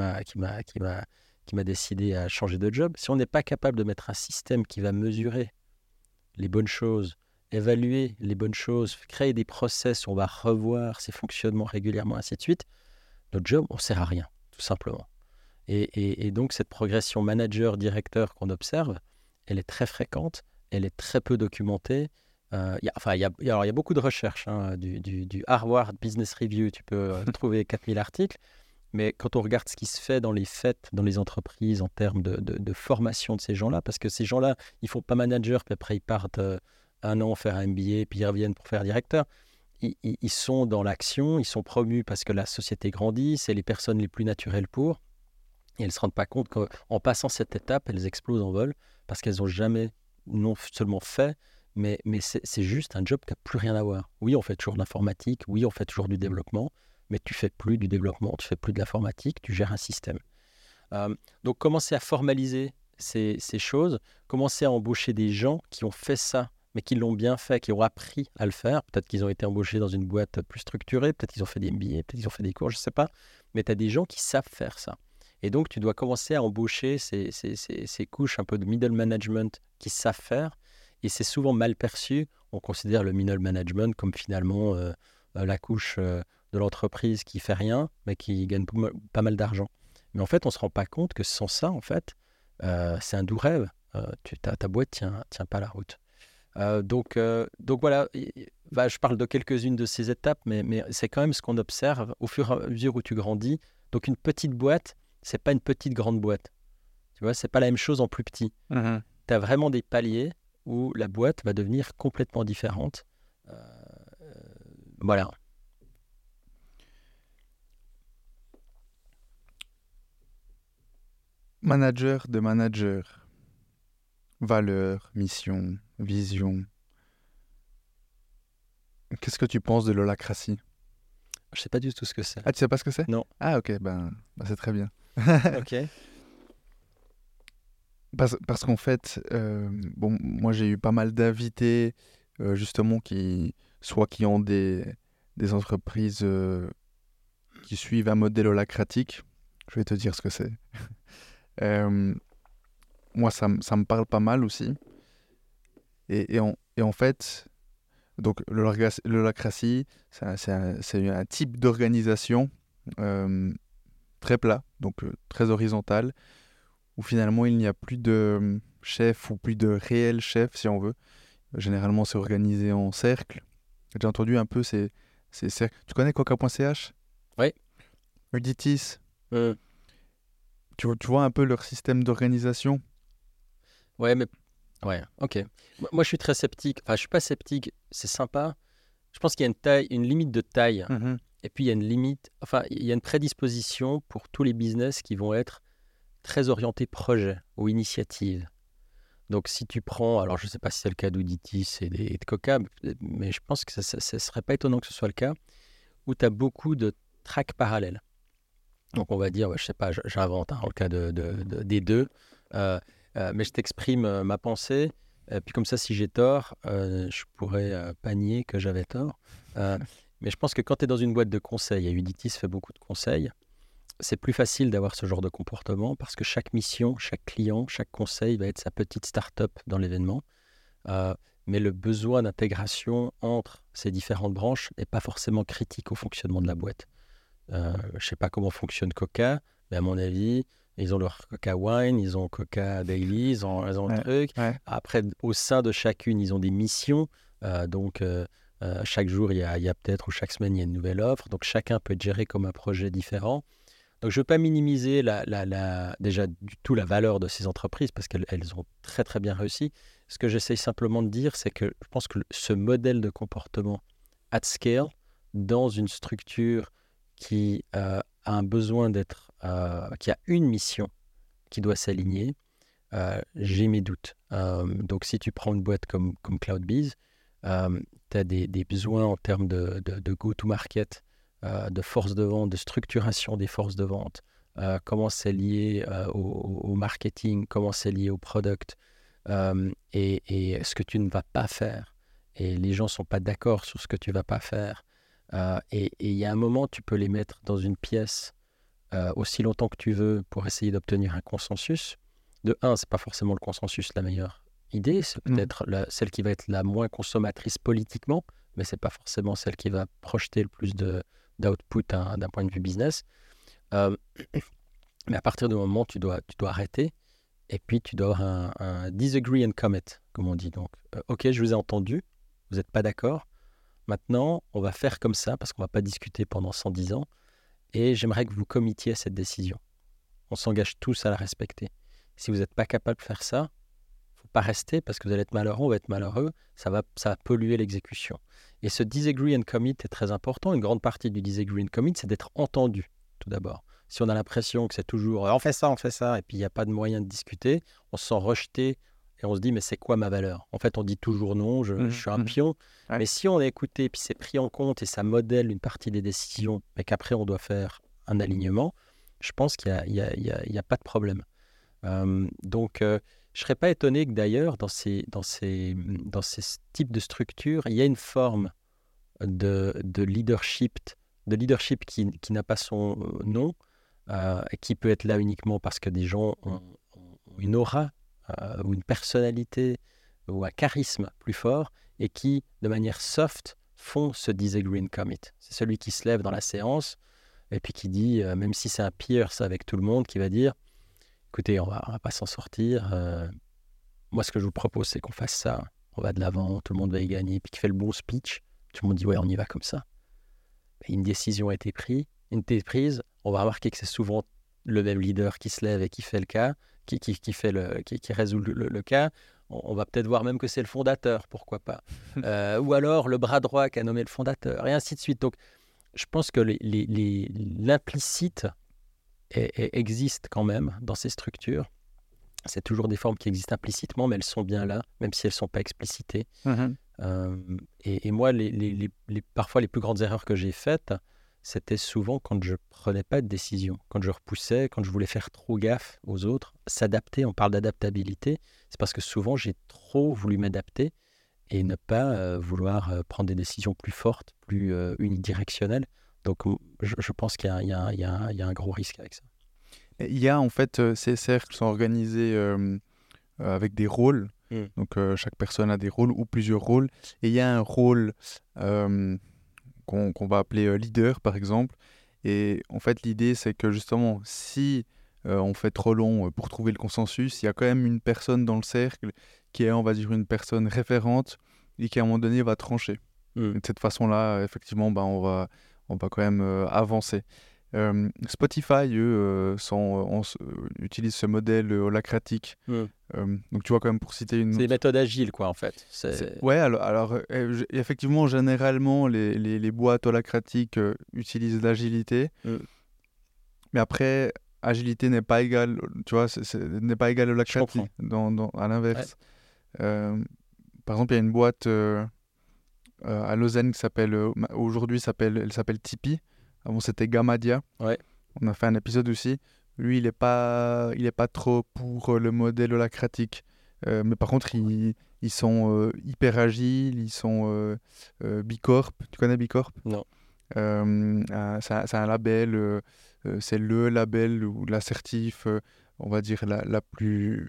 m'a décidé à changer de job, si on n'est pas capable de mettre un système qui va mesurer les bonnes choses, évaluer les bonnes choses, créer des process où on va revoir ses fonctionnements régulièrement, ainsi de suite, notre job, on ne sert à rien, tout simplement. Et donc, cette progression manager-directeur qu'on observe, elle est très fréquente, elle est très peu documentée. Il y a beaucoup de recherches, hein, du Harvard Business Review, tu peux trouver 4000 articles, mais quand on regarde ce qui se fait dans les faits, dans les entreprises, en termes de formation de ces gens-là, parce que ces gens-là, ils ne font pas manager, puis après ils partent un an faire un MBA, puis ils reviennent pour faire directeur. Ils sont dans l'action, ils sont promus parce que la société grandit, c'est les personnes les plus naturelles pour. Et elles ne se rendent pas compte qu'en passant cette étape, elles explosent en vol parce qu'elles n'ont jamais non seulement fait, mais c'est juste un job qui n'a plus rien à voir. Oui, on fait toujours de l'informatique, oui, on fait toujours du développement, mais tu ne fais plus du développement, tu ne fais plus de l'informatique, tu gères un système. Donc, commencer à formaliser ces choses, commencer à embaucher des gens qui ont fait ça, mais qui l'ont bien fait, qui ont appris à le faire. Peut-être qu'ils ont été embauchés dans une boîte plus structurée, peut-être qu'ils ont fait des MBA, peut-être qu'ils ont fait des cours, je ne sais pas, mais tu as des gens qui savent faire ça. Et donc, tu dois commencer à embaucher ces couches un peu de middle management qui savent faire. Et c'est souvent mal perçu. On considère le middle management comme finalement la couche de l'entreprise qui fait rien, mais qui gagne pas mal d'argent. Mais en fait, on ne se rend pas compte que sans ça, en fait, c'est un doux rêve. ta boîte tient pas la route. Donc voilà, je parle de quelques-unes de ces étapes, mais c'est quand même ce qu'on observe au fur et à mesure où tu grandis. Donc une petite boîte, c'est pas une petite grande boîte. Tu vois, c'est pas la même chose en plus petit. Mhm. Tu as vraiment des paliers où la boîte va devenir complètement différente. Euh, euh, voilà. Manager de manager. Valeur, mission, vision. Qu'est-ce que tu penses de l'holacratie? Je sais pas du tout ce que c'est. Ah, tu sais pas ce que c'est? Non. Ah, ok, ben, c'est très bien. Ok. Parce qu'en fait, bon, moi j'ai eu pas mal d'invités, justement, soit qui ont des entreprises qui suivent un modèle holacratique. Je vais te dire ce que c'est. Euh, Moi, ça me parle pas mal aussi. Et en fait, donc l'holacratie, c'est un type d'organisation euh, très plat, donc très horizontal, où finalement il n'y a plus de chef ou plus de réel chef, si on veut. Généralement, c'est organisé en cercle. J'ai entendu un peu ces cercles. Tu connais Coca.ch? Oui. Auditis. Euh, Tu vois un peu leur système d'organisation? ouais, mais ouais, ok. Moi, je suis très sceptique. Enfin, je suis pas sceptique. C'est sympa. Je pense qu'il y a une limite de taille. Mhm. Et puis, il y a une limite. Enfin, il y a une prédisposition pour tous les business qui vont être très orientés projet ou initiative. Donc, si tu prends, alors je ne sais pas si c'est le cas d'Auditis et de Coca, mais je pense que ça ne serait pas étonnant que ce soit le cas, où tu as beaucoup de tracks parallèles. Donc, on va dire, je ne sais pas, j'invente dans le cas des deux, euh, mais je t'exprime ma pensée. Puis comme ça, si j'ai tort, je pourrais pas nier que j'avais tort. Euh, mais je pense que quand tu es dans une boîte de conseil, et Auditis fait beaucoup de conseils, c'est plus facile d'avoir ce genre de comportement parce que chaque mission, chaque client, chaque conseil va être sa petite start-up dans l'événement. Euh, mais le besoin d'intégration entre ces différentes branches n'est pas forcément critique au fonctionnement de la boîte. Je ne sais pas comment fonctionne Coca, mais à mon avis, ils ont leur Coca Wine, ils ont Coca Daily, ils ont le Ouais, truc. ouais. Après, au sein de chacune, ils ont des missions. Chaque jour, il y a peut-être, ou chaque semaine, il y a une nouvelle offre. Donc, chacun peut être géré comme un projet différent. Donc, je ne veux pas minimiser déjà du tout la valeur de ces entreprises parce qu'elles ont très, très bien réussi. Ce que j'essaye simplement de dire, c'est que je pense que ce modèle de comportement at scale, dans une structure qui a un besoin qui a une mission qui doit s'aligner, j'ai mes doutes. Donc, si tu prends une boîte comme CloudBees, tu as des besoins en termes de go-to-market, de force de vente, de structuration des forces de vente, comment c'est lié au marketing, comment c'est lié au product, et ce que tu ne vas pas faire. Et les gens ne sont pas d'accord sur ce que tu ne vas pas faire. Et il y a un moment, tu peux les mettre dans une pièce aussi longtemps que tu veux pour essayer d'obtenir un consensus. De un, c'est pas forcément le consensus la meilleure idée, c'est Mhm. peut-être celle qui va être la moins consommatrice politiquement, mais c'est pas forcément celle qui va projeter le plus d'output d'un point de vue business. Euh, mais à partir du moment où tu dois arrêter, et puis tu dois avoir un disagree and commit, comme on dit. Donc, ok, je vous ai entendu, vous n'êtes pas d'accord. Maintenant, on va faire comme ça, parce qu'on va pas discuter pendant 110 ans, et j'aimerais que vous committiez à cette décision. On s'engage tous à la respecter. Si vous n'êtes pas capable de faire ça, il ne faut pas rester parce que vous allez être malheureux, on va être malheureux, ça va polluer l'exécution. Et ce disagree and commit est très important. Une grande partie du disagree and commit, c'est d'être entendu, tout d'abord. Si on a l'impression que c'est toujours on fait ça, et puis il n'y a pas de moyen de discuter, on se sent rejeté et on se dit mais c'est quoi ma valeur? En fait, on dit toujours non, je Mhm. suis un Mhm. pion. Ouais. Mais si on est écouté, puis c'est pris en compte et ça modèle une partie des décisions, mais qu'après on doit faire un alignement, je pense qu'il y a pas de problème. Je ne serais pas étonné que d'ailleurs, dans ces types de structures, il y a une forme de leadership qui n'a pas son nom, et qui peut être là uniquement parce que des gens ont une aura, ou une personnalité, ou un charisme plus fort, et qui, de manière soft, font ce disagree and commit. C'est celui qui se lève dans la séance, et puis qui dit, même si c'est un peer, ça avec tout le monde, qui va dire, écoutez, on va pas s'en sortir. moi, ce que je vous propose, c'est qu'on fasse ça. On va de l'avant, tout le monde va y gagner. Puis qu'il fait le bon speech, tout le monde dit, ouais, on y va comme ça. Et une décision a été prise. On va remarquer que c'est souvent le même leader qui se lève et qui fait le cas, qui résout le cas. On va peut-être voir même que c'est le fondateur, pourquoi pas. Ou alors le bras droit qui a nommé le fondateur, et ainsi de suite. Donc, je pense que l'implicite existe quand même dans ces structures. C'est toujours des formes qui existent implicitement, mais elles sont bien là, même si elles ne sont pas explicitées. Et moi, parfois, les plus grandes erreurs que j'ai faites, c'était souvent quand je ne prenais pas de décision, quand je repoussais, quand je voulais faire trop gaffe aux autres. S'adapter, on parle d'adaptabilité, c'est parce que souvent, j'ai trop voulu m'adapter et ne pas vouloir prendre des décisions plus fortes, plus unidirectionnelles. Donc, je pense qu'il y a un gros risque avec ça. Il y a en fait, ces cercles sont organisés avec des rôles. Donc chaque personne a des rôles ou plusieurs rôles. Et il y a un rôle qu'on va appeler leader, par exemple. Et en fait, l'idée, c'est que justement, si on fait trop long pour trouver le consensus, il y a quand même une personne dans le cercle qui est, on va dire, une personne référente et qui, à un moment donné, va trancher. Et de cette façon-là, effectivement, on va quand même avancer. Spotify, eux, utilisent ce modèle holacratique. Donc, tu vois, quand même, pour citer une... C'est des méthodes agiles, quoi, en fait. Ouais, alors effectivement, généralement, les boîtes holacratiques utilisent l'agilité. Mais après, agilité n'est pas égale, tu vois, n'est pas égale holacratie, à l'inverse. Ouais. Par exemple, il y a une boîte à Lausanne qui s'appelle, aujourd'hui, elle s'appelle Tipeee. Avant, c'était Gamadia. Ouais. On a fait un épisode aussi. Lui, il est pas trop pour le modèle holacratique. Mais par contre, ils sont hyper agiles. Ils sont Bicorp. Tu connais Bicorp? Non. C'est un label. C'est le label ou l'assertif, on va dire, la plus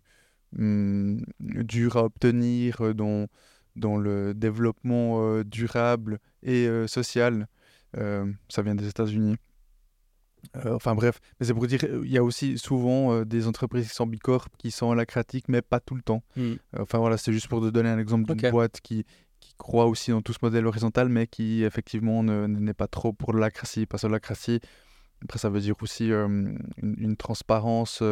dure à obtenir dans le développement durable et social. Ça vient des États-Unis. Enfin bref, mais c'est pour dire, il y a aussi souvent des entreprises qui sont bicorp, qui sont holacratiques, mais pas tout le temps. Enfin voilà, c'est juste pour te donner un exemple d'une boîte qui croit aussi dans tout ce modèle horizontal, mais qui effectivement n'est pas trop pour l'holacratie. Parce que l'holacratie, après ça veut dire aussi une transparence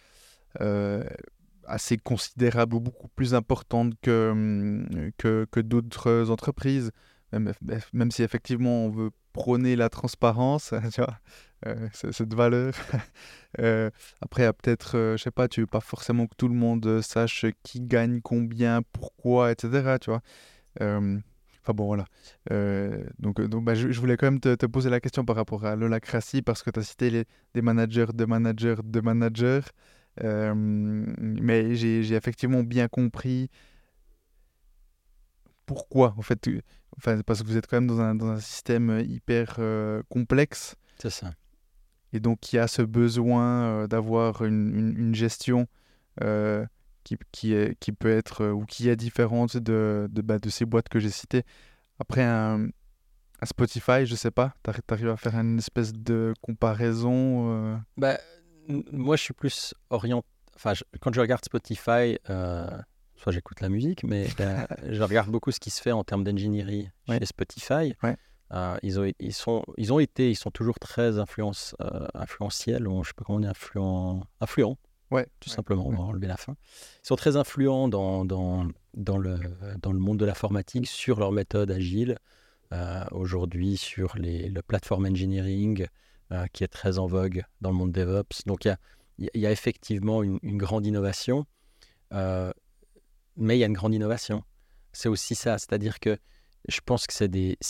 assez considérable ou beaucoup plus importante que d'autres entreprises. Même si effectivement on veut prôner la transparence, tu vois, cette valeur. Après, il y a peut-être, je sais pas, tu veux pas forcément que tout le monde sache qui gagne combien, pourquoi, etc. Tu vois. Enfin bon, voilà. Donc je voulais quand même te poser la question par rapport à l'holacratie parce que tu as cité des managers, de managers, de managers. Mais j'ai effectivement bien compris pourquoi, en fait. Parce que vous êtes quand même dans un système hyper complexe. C'est ça. Et donc, il y a ce besoin d'avoir une gestion qui peut être ou qui est différente de ces boîtes que j'ai citées. Après, un Spotify, je sais pas, t'arrives à faire une espèce de comparaison moi, je suis plus orienté. Enfin, quand je regarde Spotify, soit j'écoute la musique, mais je regarde beaucoup ce qui se fait en termes d'ingénierie chez Spotify. Ouais. Ils sont toujours très influentiels, ou je sais pas comment on dit, influents. Ouais, tout simplement, on va enlever la fin. Ils sont très influents dans le monde de l'informatique sur leurs méthodes agiles. Aujourd'hui, sur le platform engineering, qui est très en vogue dans le monde DevOps. Donc, il y a effectivement une grande innovation, mais il y a une grande innovation. C'est aussi ça, c'est-à-dire que je pense que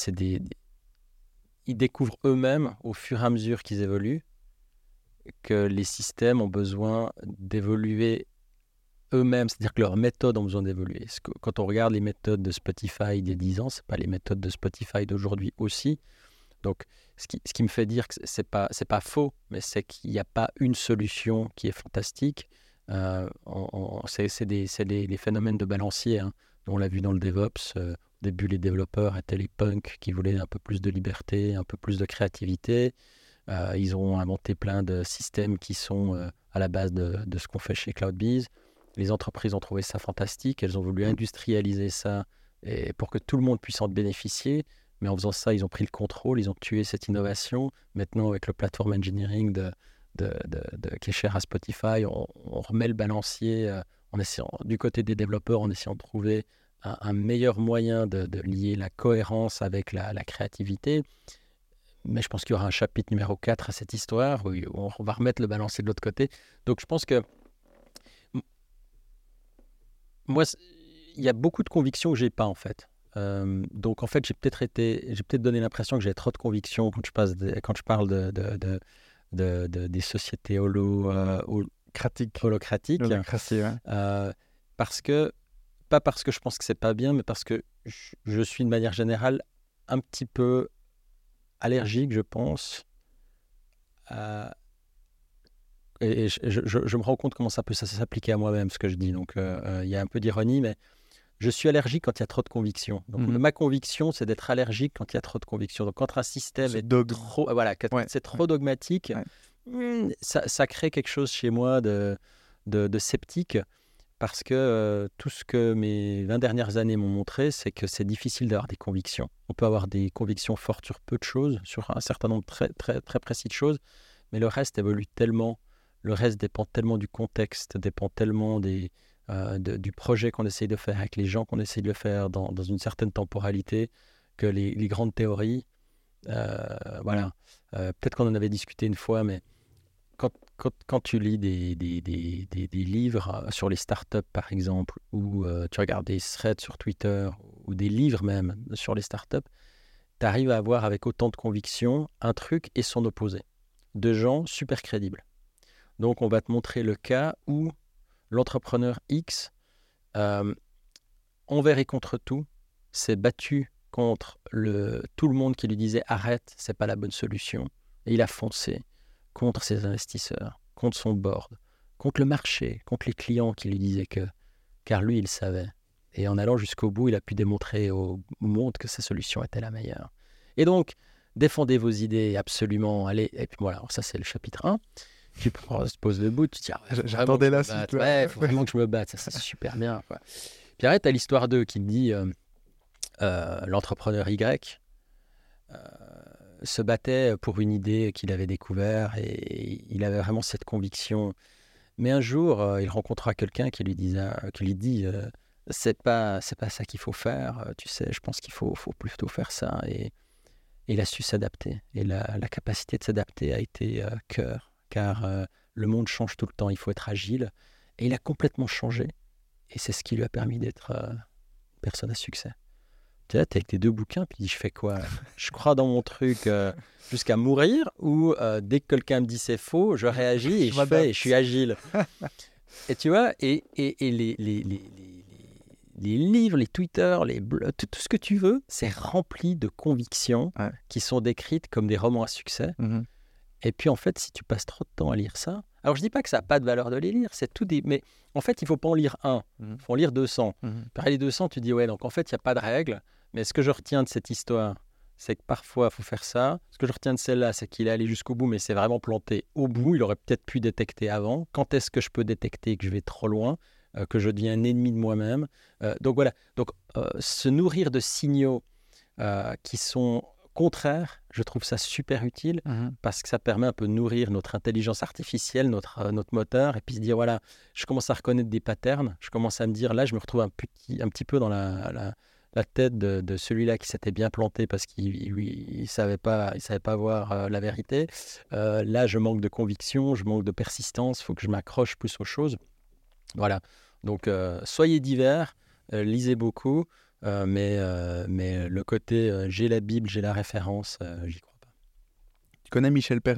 ils découvrent eux-mêmes, au fur et à mesure qu'ils évoluent, que les systèmes ont besoin d'évoluer eux-mêmes, c'est-à-dire que leurs méthodes ont besoin d'évoluer. Quand on regarde les méthodes de Spotify d'il y a 10 ans, ce n'est pas les méthodes de Spotify d'aujourd'hui aussi. Donc, ce qui me fait dire que c'est pas faux, mais c'est qu'il n'y a pas une solution qui est fantastique. C'est les phénomènes de balancier. Hein. On l'a vu dans le DevOps. Au début, les développeurs étaient les punks qui voulaient un peu plus de liberté, un peu plus de créativité. Ils ont inventé plein de systèmes qui sont à la base de ce qu'on fait chez CloudBees. Les entreprises ont trouvé ça fantastique. Elles ont voulu industrialiser ça et pour que tout le monde puisse en bénéficier. Mais en faisant ça, ils ont pris le contrôle, ils ont tué cette innovation. Maintenant, avec le platform engineering qui est cher à Spotify, on remet le balancier en essayant, du côté des développeurs, en essayant de trouver un meilleur moyen de lier la cohérence avec la créativité. Mais je pense qu'il y aura un chapitre numéro 4 à cette histoire où on va remettre le balancier de l'autre côté. Donc je pense que moi, il y a beaucoup de convictions que je n'ai pas en fait. Donc en fait, j'ai peut-être donné l'impression que j'ai trop de convictions quand je parle des sociétés holocratiques. Holocratie, ouais. Pas parce que je pense que c'est pas bien, mais parce que je suis de manière générale un petit peu allergique, je pense. Et je me rends compte comment ça peut s'appliquer à moi-même, ce que je dis. Donc il y a un peu d'ironie, mais je suis allergique quand il y a trop de convictions. Donc ma conviction, c'est d'être allergique quand il y a trop de convictions. Donc quand un système est trop, c'est trop dogmatique, ça crée quelque chose chez moi de sceptique. Parce que tout ce que mes 20 dernières années m'ont montré, c'est que c'est difficile d'avoir des convictions. On peut avoir des convictions fortes sur peu de choses, sur un certain nombre très, très, très précis de choses, mais le reste évolue tellement, le reste dépend tellement du contexte, dépend tellement du projet qu'on essaye de faire, avec les gens qu'on essaye de le faire dans une certaine temporalité, que les grandes théories, peut-être qu'on en avait discuté une fois, mais quand tu lis des livres sur les startups, par exemple, ou tu regardes des threads sur Twitter, ou des livres même sur les startups, tu arrives à avoir avec autant de conviction un truc et son opposé, de gens super crédibles. Donc on va te montrer le cas où l'entrepreneur X, envers et contre tout, s'est battu contre tout le monde qui lui disait « arrête, c'est pas la bonne solution ». Et il a foncé contre ses investisseurs, contre son board, contre le marché, contre les clients qui lui disaient que... Car lui, il savait. Et en allant jusqu'au bout, il a pu démontrer au monde que sa solution était la meilleure. Et donc, défendez vos idées absolument. Allez, et puis voilà, ça c'est le chapitre 1. Tu te poses debout, tu te dis, j'attendais la suite. Il faut vraiment que je me batte, ça c'est super bien. Quoi. Puis arrête, tu as l'histoire 2 qui me dit l'entrepreneur Y se battait pour une idée qu'il avait découverte et il avait vraiment cette conviction. Mais un jour, il rencontra quelqu'un qui lui dit c'est pas ça qu'il faut faire, tu sais, je pense qu'il faut plutôt faire ça. Et il a su s'adapter. Et la capacité de s'adapter a été cœur, car le monde change tout le temps, il faut être agile. Et il a complètement changé. Et c'est ce qui lui a permis d'être une personne à succès. Tu sais, t'es avec tes 2 bouquins, puis je fais quoi là ? Je crois dans mon truc jusqu'à mourir, ou dès que quelqu'un me dit c'est faux, je réagis et je fais et je suis agile. Et tu vois, et les livres, les Twitter, les blogs, tout ce que tu veux, c'est rempli de convictions qui sont décrites comme des romans à succès. Mm-hmm. Et puis en fait, si tu passes trop de temps à lire ça, alors je dis pas que ça n'a pas de valeur de les lire, c'est tout mais en fait, il faut pas en lire un, il faut en lire 200. Par les 200, tu dis ouais, donc en fait, il n'y a pas de règle, mais ce que je retiens de cette histoire, c'est que parfois, il faut faire ça. Ce que je retiens de celle-là, c'est qu'il est allé jusqu'au bout, mais c'est vraiment planté au bout. Il aurait peut-être pu détecter avant. Quand est-ce que je peux détecter que je vais trop loin, que je deviens un ennemi de moi-même ? Donc voilà, se nourrir de signaux qui sont contraires, je trouve ça super utile parce que ça permet un peu de nourrir notre intelligence artificielle, notre moteur, et puis se dire, voilà, je commence à reconnaître des patterns, je commence à me dire, là, je me retrouve un petit peu dans la tête de celui-là qui s'était bien planté parce qu'il savait pas voir la vérité. Là, je manque de conviction, je manque de persistance, il faut que je m'accroche plus aux choses. Voilà, donc soyez divers, lisez beaucoup, mais le côté j'ai la Bible, j'ai la référence, j'y crois pas. Tu connais Michel Perrin ?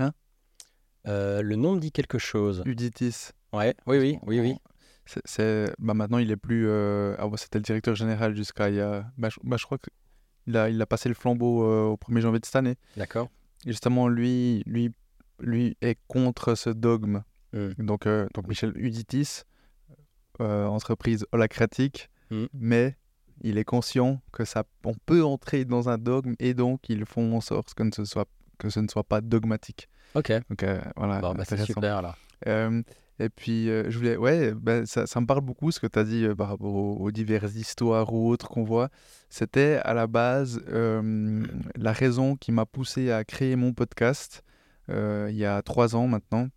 Le nom me dit quelque chose. Uditis. Ouais, oui. Maintenant, il est plus... c'était le directeur général jusqu'à il y a... je crois qu'il a passé le flambeau au 1er janvier de cette année. D'accord. Et justement, lui est contre ce dogme. Donc Michel Uditis, entreprise holacratique, mais il est conscient que on peut entrer dans un dogme et donc ils font en sorte que ce ne soit pas dogmatique. Ok. Donc voilà. Bon, c'est super là. Euh, et puis, je voulais, ouais, ben, ça me parle beaucoup ce que tu as dit par rapport aux diverses histoires ou autres qu'on voit. C'était à la base la raison qui m'a poussé à créer mon podcast il y a 3 ans maintenant,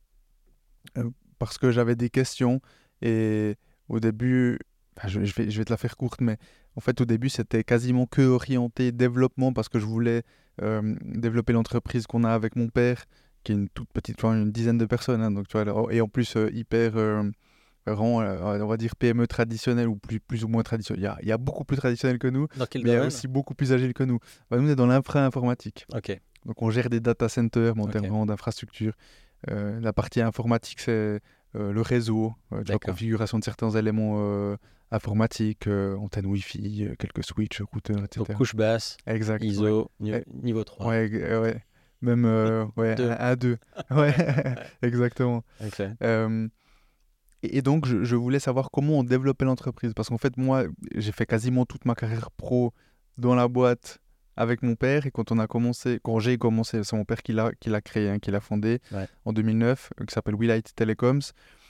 parce que j'avais des questions et au début, enfin, je vais te la faire courte, mais en fait, au début, c'était quasiment que orienté développement parce que je voulais développer l'entreprise qu'on a avec mon père, qui est une toute petite, enfin, une dizaine de personnes, hein, donc tu vois, et en plus hyper rang, on va dire PME traditionnel ou plus ou moins traditionnel. Il y a beaucoup plus traditionnel que nous, Dans quel mais il y a domaine? aussi beaucoup plus agile que nous. Bah, nous, on est dans l'infra-informatique. Ok, Donc, on gère des data centers, mais en termes ok, vraiment d'infrastructure. La partie informatique, c'est le réseau, tu vois, d'accord. configuration de certains éléments informatiques, antenne Wi-Fi, quelques switches, routeurs, Donc etc. couche basse, Exact, ouais. ISO, Et- niveau 3. ouais, ouais. Même ouais, 2. 2. Ouais, Ouais. exactement. Ok. Euh, et donc, je voulais savoir comment on développait l'entreprise. Parce qu'en fait, moi, j'ai fait quasiment toute ma carrière pro dans la boîte avec mon père. Et quand j'ai commencé, c'est mon père qui l'a créé, hein, qui l'a fondé Ouais. en 2009, qui s'appelle Willite Telecoms.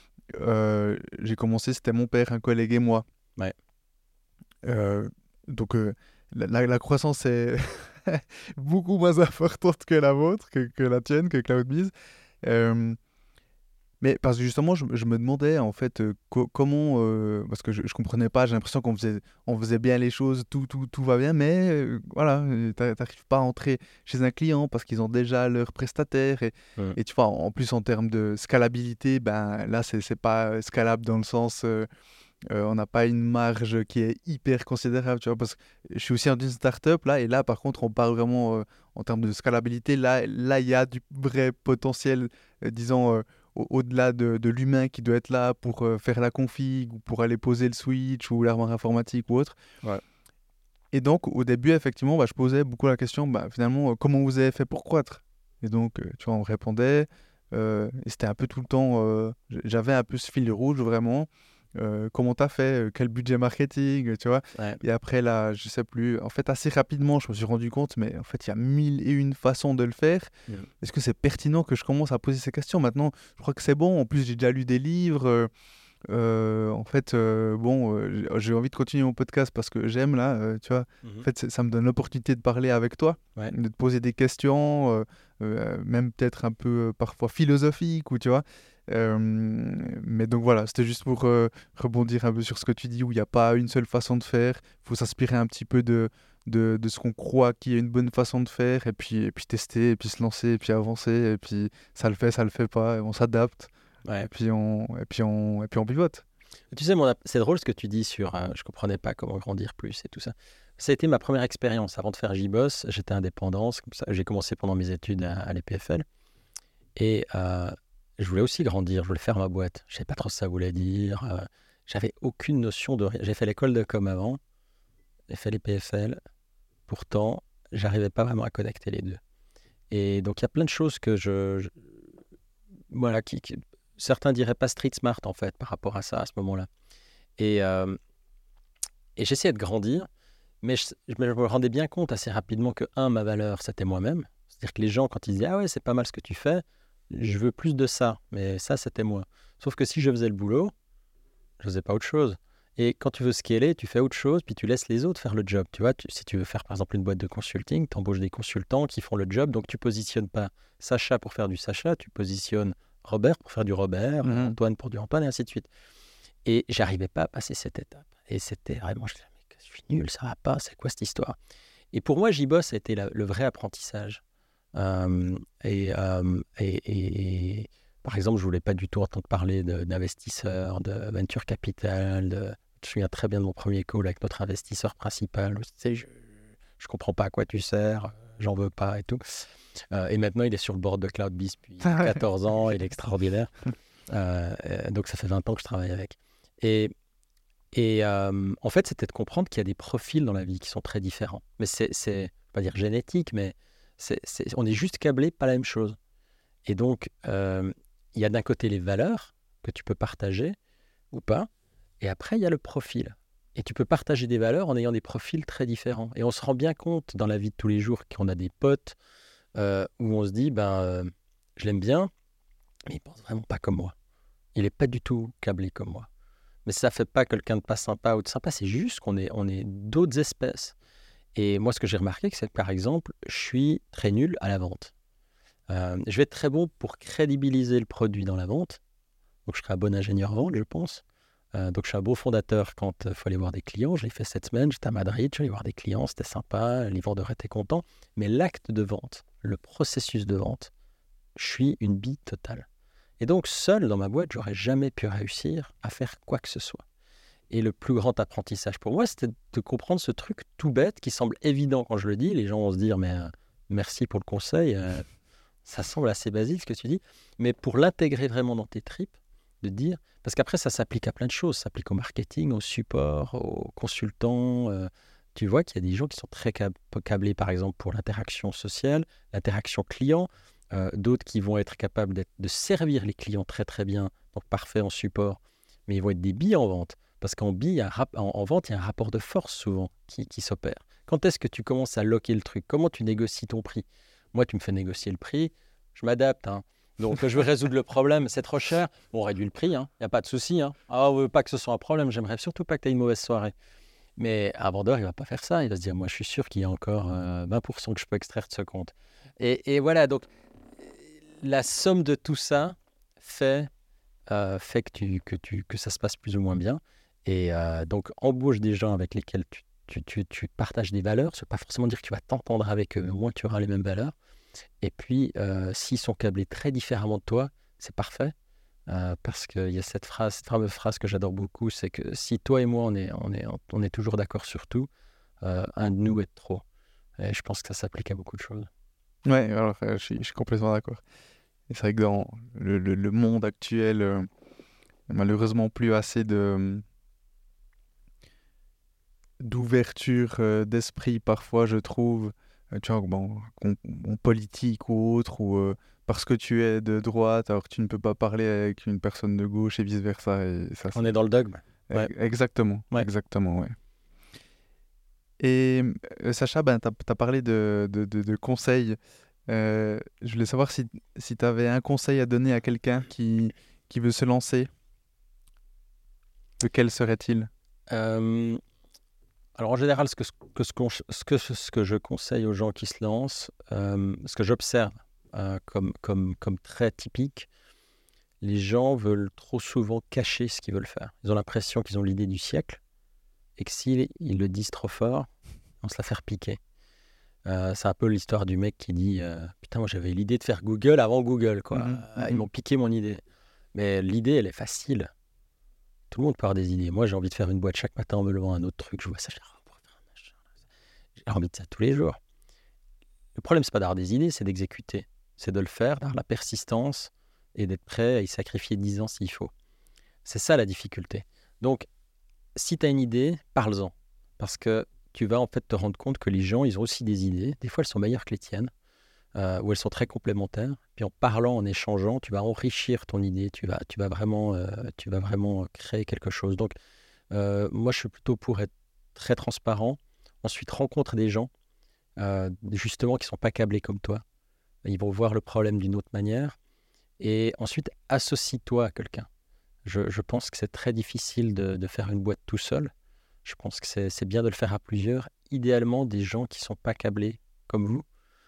J'ai commencé, c'était mon père, un collègue et moi. Ouais. Euh, donc, la croissance est beaucoup moins importante que la vôtre, que la tienne, que CloudBees. Euh, mais parce que justement, je me demandais en fait comment, parce que je comprenais pas, j'ai l'impression qu'on faisait bien les choses, tout va bien, mais voilà, t'arrives pas à entrer chez un client parce qu'ils ont déjà leur prestataire Mm. et tu vois, en plus en termes de scalabilité, ben là, c'est pas scalable dans le sens, on n'a pas une marge qui est hyper considérable, tu vois, parce que je suis aussi dans une startup là, et là par contre, on parle vraiment en termes de scalabilité, là, il y a du vrai potentiel, disons, au-delà de l'humain qui doit être là pour faire la config ou pour aller poser le switch ou l'armoire informatique ou autre. Ouais. Et donc, au début, effectivement, bah, je posais beaucoup la question, bah, finalement, comment vous avez fait pour croître? Et donc, tu vois, on me répondait, et c'était un peu tout le temps, j'avais un peu ce fil rouge, vraiment. Comment t'as fait? Quel budget marketing? Tu vois? Ouais. Et après, là, je sais plus. En fait, assez rapidement, je me suis rendu compte, mais en fait, il y a mille et une façons de le faire. Mm. Est-ce que c'est pertinent que je commence à poser ces questions? Maintenant, je crois que c'est bon. En plus, j'ai déjà lu des livres. En fait, bon, j'ai envie de continuer mon podcast parce que j'aime là, tu vois. En Mhm. fait, ça me donne l'opportunité de parler avec toi, Ouais. de te poser des questions, même peut-être un peu parfois philosophiques ou tu vois. Mais donc voilà, c'était juste pour rebondir un peu sur ce que tu dis où il n'y a pas une seule façon de faire. Il faut s'inspirer un petit peu de ce qu'on croit qui est une bonne façon de faire et puis tester, et puis se lancer, et puis avancer, et puis ça le fait pas, et on s'adapte. Ouais. Et puis on pivote. Tu sais, c'est drôle ce que tu dis sur je comprenais pas comment grandir plus et tout ça. Ça a été ma première expérience. Avant de faire JBoss, j'étais indépendant. C'est comme ça. J'ai commencé pendant mes études à l'EPFL. Et je voulais aussi grandir. Je voulais faire ma boîte. Je savais pas trop ce que ça voulait dire. J'avais aucune notion de rien. J'ai fait l'école de com avant. J'ai fait l'EPFL. Pourtant, j'arrivais pas vraiment à connecter les deux. Et donc, il y a plein de choses que voilà, certains diraient pas street smart en fait par rapport à ça à ce moment-là. Et, euh, et j'essayais de grandir, mais je me rendais bien compte assez rapidement que, ma valeur, c'était moi-même. C'est-à-dire que les gens, quand ils disaient, ah ouais, c'est pas mal ce que tu fais, je veux plus de ça, mais ça, c'était moi. Sauf que si je faisais le boulot, je faisais pas autre chose. Et quand tu veux scaler, tu fais autre chose, puis tu laisses les autres faire le job. Tu vois, si tu veux faire par exemple une boîte de consulting, tu embauches des consultants qui font le job, donc tu positionnes pas Sacha pour faire du Sacha, tu positionnes Robert pour faire du Robert, Mhm. Antoine pour du Antoine, et ainsi de suite. Et j'arrivais pas à passer cette étape. Et c'était vraiment, je disais, mais je suis nul, ça va pas, c'est quoi cette histoire? Et pour moi, JBoss a été le vrai apprentissage. Et par exemple, je voulais pas du tout entendre parler d'investisseurs, de venture capital. Je me souviens très bien de mon premier call avec notre investisseur principal. Tu sais, je comprends pas à quoi tu sers, j'en veux pas et tout. Et maintenant, il est sur le board de CloudBees depuis 14 ans, il est extraordinaire. Donc, ça fait 20 ans que je travaille avec. Et en fait, c'était de comprendre qu'il y a des profils dans la vie qui sont très différents. Mais c'est pas dire génétique, mais on est juste câblés, pas la même chose. Et donc, il y a d'un côté les valeurs que tu peux partager ou pas, et après, il y a le profil. Et tu peux partager des valeurs en ayant des profils très différents. Et on se rend bien compte dans la vie de tous les jours qu'on a des potes où on se dit, je l'aime bien, mais il pense vraiment pas comme moi. il n'est pas du tout câblé comme moi. Mais ça ne fait pas quelqu'un de pas sympa ou de sympa, c'est juste qu'on est d'autres espèces. Et moi, ce que j'ai remarqué, c'est que, par exemple, je suis très nul à la vente. Je vais être très bon pour crédibiliser le produit dans la vente. Donc, je serai un bon ingénieur vente, je pense. Donc, je suis un beau fondateur quand il faut aller voir des clients. Je l'ai fait cette semaine, j'étais à Madrid, je suis allé voir des clients, c'était sympa, les vendeurs étaient contents. Mais l'acte de vente, le processus de vente, je suis une bille totale. Et donc, seul dans ma boîte, j'aurais jamais pu réussir à faire quoi que ce soit. Et le plus grand apprentissage pour moi, c'était de comprendre ce truc tout bête qui semble évident quand je le dis. Les gens vont se dire, mais merci pour le conseil. Ça semble assez basique ce que tu dis. Mais pour l'intégrer vraiment dans tes tripes, de dire, parce qu'après, ça s'applique à plein de choses. Ça s'applique au marketing, au support, aux consultants. Tu vois qu'il y a des gens qui sont très câblés, par exemple, pour l'interaction sociale, l'interaction client. D'autres qui vont être capables de servir les clients très, très bien, donc parfait en support. Mais ils vont être des billes en vente. Parce qu'en en vente, il y a un rapport de force souvent qui s'opère. Quand est-ce que tu commences à loquer le truc? Comment tu négocies ton prix? Moi, tu me fais négocier le prix, je m'adapte. Donc, je veux résoudre le problème, c'est trop cher. Bon, on réduit le prix, il n'y a pas de souci. Ah, on veut pas que ce soit un problème, j'aimerais surtout pas que tu aies une mauvaise soirée. Mais un vendeur, il ne va pas faire ça. Il va se dire, moi, je suis sûr qu'il y a encore 20% que je peux extraire de ce compte. Et voilà, donc, la somme de tout ça fait que ça se passe plus ou moins bien. Et donc, embauche des gens avec lesquels tu partages des valeurs. Ça ne veut pas forcément dire que tu vas t'entendre avec eux, mais au moins tu auras les mêmes valeurs. Et puis, s'ils sont câblés très différemment de toi, c'est parfait. Parce qu'il y a cette fameuse phrase que j'adore beaucoup, c'est que si toi et moi, on est toujours d'accord sur tout, un de nous est de trop. Et je pense que ça s'applique à beaucoup de choses. Ouais, alors je suis complètement d'accord. Et c'est vrai que dans le monde actuel, malheureusement plus assez d'ouverture d'esprit parfois, je trouve. Tu vois, bon, en politique ou autre, ou parce que tu es de droite, alors tu ne peux pas parler avec une personne de gauche et vice-versa. Et ça, On est dans le dogme. Ouais. Exactement, Ouais. exactement, ouais. Et Sacha, ben, tu as parlé de conseils. Je voulais savoir si tu avais un conseil à donner à quelqu'un qui veut se lancer. Lequel serait-il? Alors en général, ce que je conseille aux gens qui se lancent, ce que j'observe comme très typique, les gens veulent trop souvent cacher ce qu'ils veulent faire. Ils ont l'impression qu'ils ont l'idée du siècle et que s'ils le disent trop fort, on se la faire piquer. C'est un peu l'histoire du mec qui dit putain, moi j'avais l'idée de faire Google avant Google, quoi. Ils m'ont piqué mon idée. Mais l'idée, elle est facile. Tout le monde peut avoir des idées. Moi, j'ai envie de faire une boîte chaque matin en me levant un autre truc. Je vois ça, j'ai envie de ça tous les jours. Le problème, c'est pas d'avoir des idées, c'est d'exécuter. C'est de le faire, d'avoir la persistance et d'être prêt à y sacrifier 10 ans s'il faut. C'est ça la difficulté. Donc, si tu as une idée, parle-en. Parce que tu vas en fait te rendre compte que les gens, ils ont aussi des idées. Des fois, elles sont meilleures que les tiennes, ou elles sont très complémentaires. Puis en parlant, en échangeant, tu vas enrichir ton idée. Tu vas vraiment créer quelque chose. Donc, moi, je suis plutôt pour être très transparent. Ensuite, rencontre des gens, justement, qui ne sont pas câblés comme toi. Ils vont voir le problème d'une autre manière. Et ensuite, associe-toi à quelqu'un. Je pense que c'est très difficile de faire une boîte tout seul. Je pense que c'est bien de le faire à plusieurs. Idéalement, des gens qui ne sont pas câblés comme vous,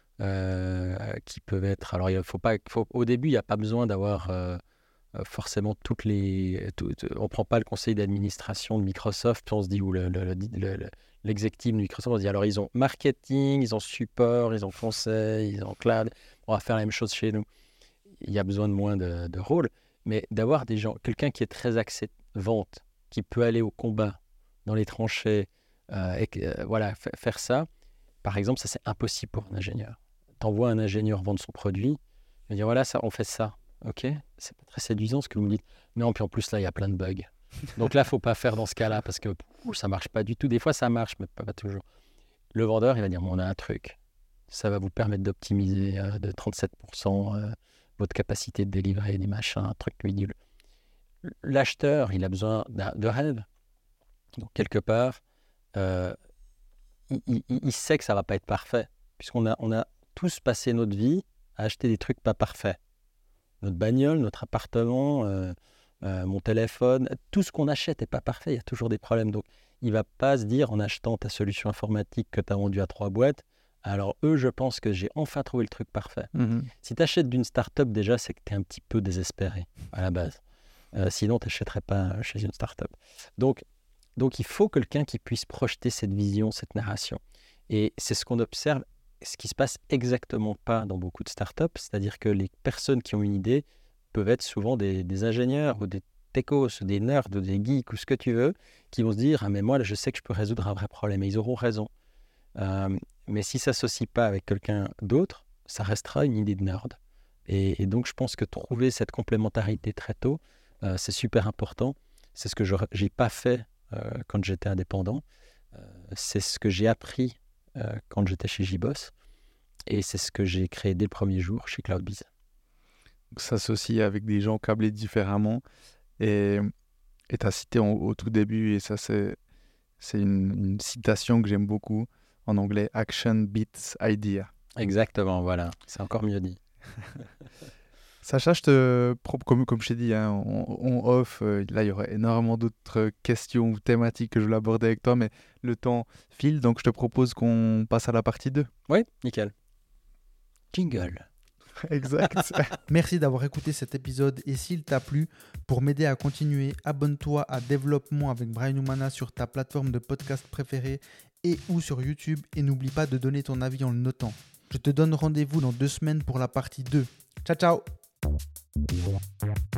qui peuvent être... Alors, au début, il n'y a pas besoin d'avoir forcément toutes les... on ne prend pas le conseil d'administration de Microsoft, puis on se dit, ou l'exécutif de Microsoft, on se dit, alors ils ont marketing, ils ont support, ils ont conseil, ils ont cloud, on va faire la même chose chez nous. Il y a besoin de moins de rôles, mais d'avoir des gens, quelqu'un qui est très axé vente, qui peut aller au combat, dans les tranchées, voilà, faire ça, par exemple, ça c'est impossible pour un ingénieur. T'envoies un ingénieur vendre son produit, il va dire, voilà, ça, on fait ça. Ok, c'est pas très séduisant ce que vous me dites. Non, puis en plus là, il y a plein de bugs. Donc là, faut pas faire dans ce cas-là parce que ça marche pas du tout. Des fois, ça marche, mais pas toujours. Le vendeur, il va dire, bon, on a un truc. Ça va vous permettre d'optimiser de 37% votre capacité de délivrer des machins, un truc bidule. L'acheteur, il a besoin de rêve. Donc quelque part, il sait que ça va pas être parfait, puisqu'on a tous passé notre vie à acheter des trucs pas parfaits. Notre bagnole, notre appartement, mon téléphone. Tout ce qu'on achète n'est pas parfait, il y a toujours des problèmes. Donc, il ne va pas se dire en achetant ta solution informatique que tu as vendue à 3 boîtes. Alors eux, je pense que j'ai enfin trouvé le truc parfait. Si tu achètes d'une start-up, déjà, c'est que tu es un petit peu désespéré à la base. Sinon, tu n'achèterais pas chez une start-up. Donc, il faut quelqu'un qui puisse projeter cette vision, cette narration. Et c'est ce qu'on observe, ce qui ne se passe exactement pas dans beaucoup de start-up, c'est-à-dire que les personnes qui ont une idée peuvent être souvent des ingénieurs ou des techos, des nerds, ou des geeks ou ce que tu veux, qui vont se dire « Ah mais moi, là, je sais que je peux résoudre un vrai problème » et ils auront raison. Mais si ça ne s'associe pas avec quelqu'un d'autre, ça restera une idée de nerd. Et donc, je pense que trouver cette complémentarité très tôt, c'est super important. C'est ce que je n'ai pas fait quand j'étais indépendant. C'est ce que j'ai appris quand j'étais chez JBoss. Et c'est ce que j'ai créé dès le premier jour chez CloudBees. S'associer avec des gens câblés différemment. Et tu as cité au tout début, et ça c'est une citation que j'aime beaucoup, en anglais, Action beats idea. Exactement, voilà. C'est encore mieux dit. Sacha, comme je t'ai dit, hein, on off, là il y aurait énormément d'autres questions ou thématiques que je voulais aborder avec toi, mais le temps file, donc je te propose qu'on passe à la partie 2. Oui, nickel. Jingle. Exact. Merci d'avoir écouté cet épisode et s'il t'a plu, pour m'aider à continuer, abonne-toi à Développement avec Brian Humana sur ta plateforme de podcast préférée et ou sur YouTube et n'oublie pas de donner ton avis en le notant. Je te donne rendez-vous dans 2 semaines pour la partie 2. Ciao ciao.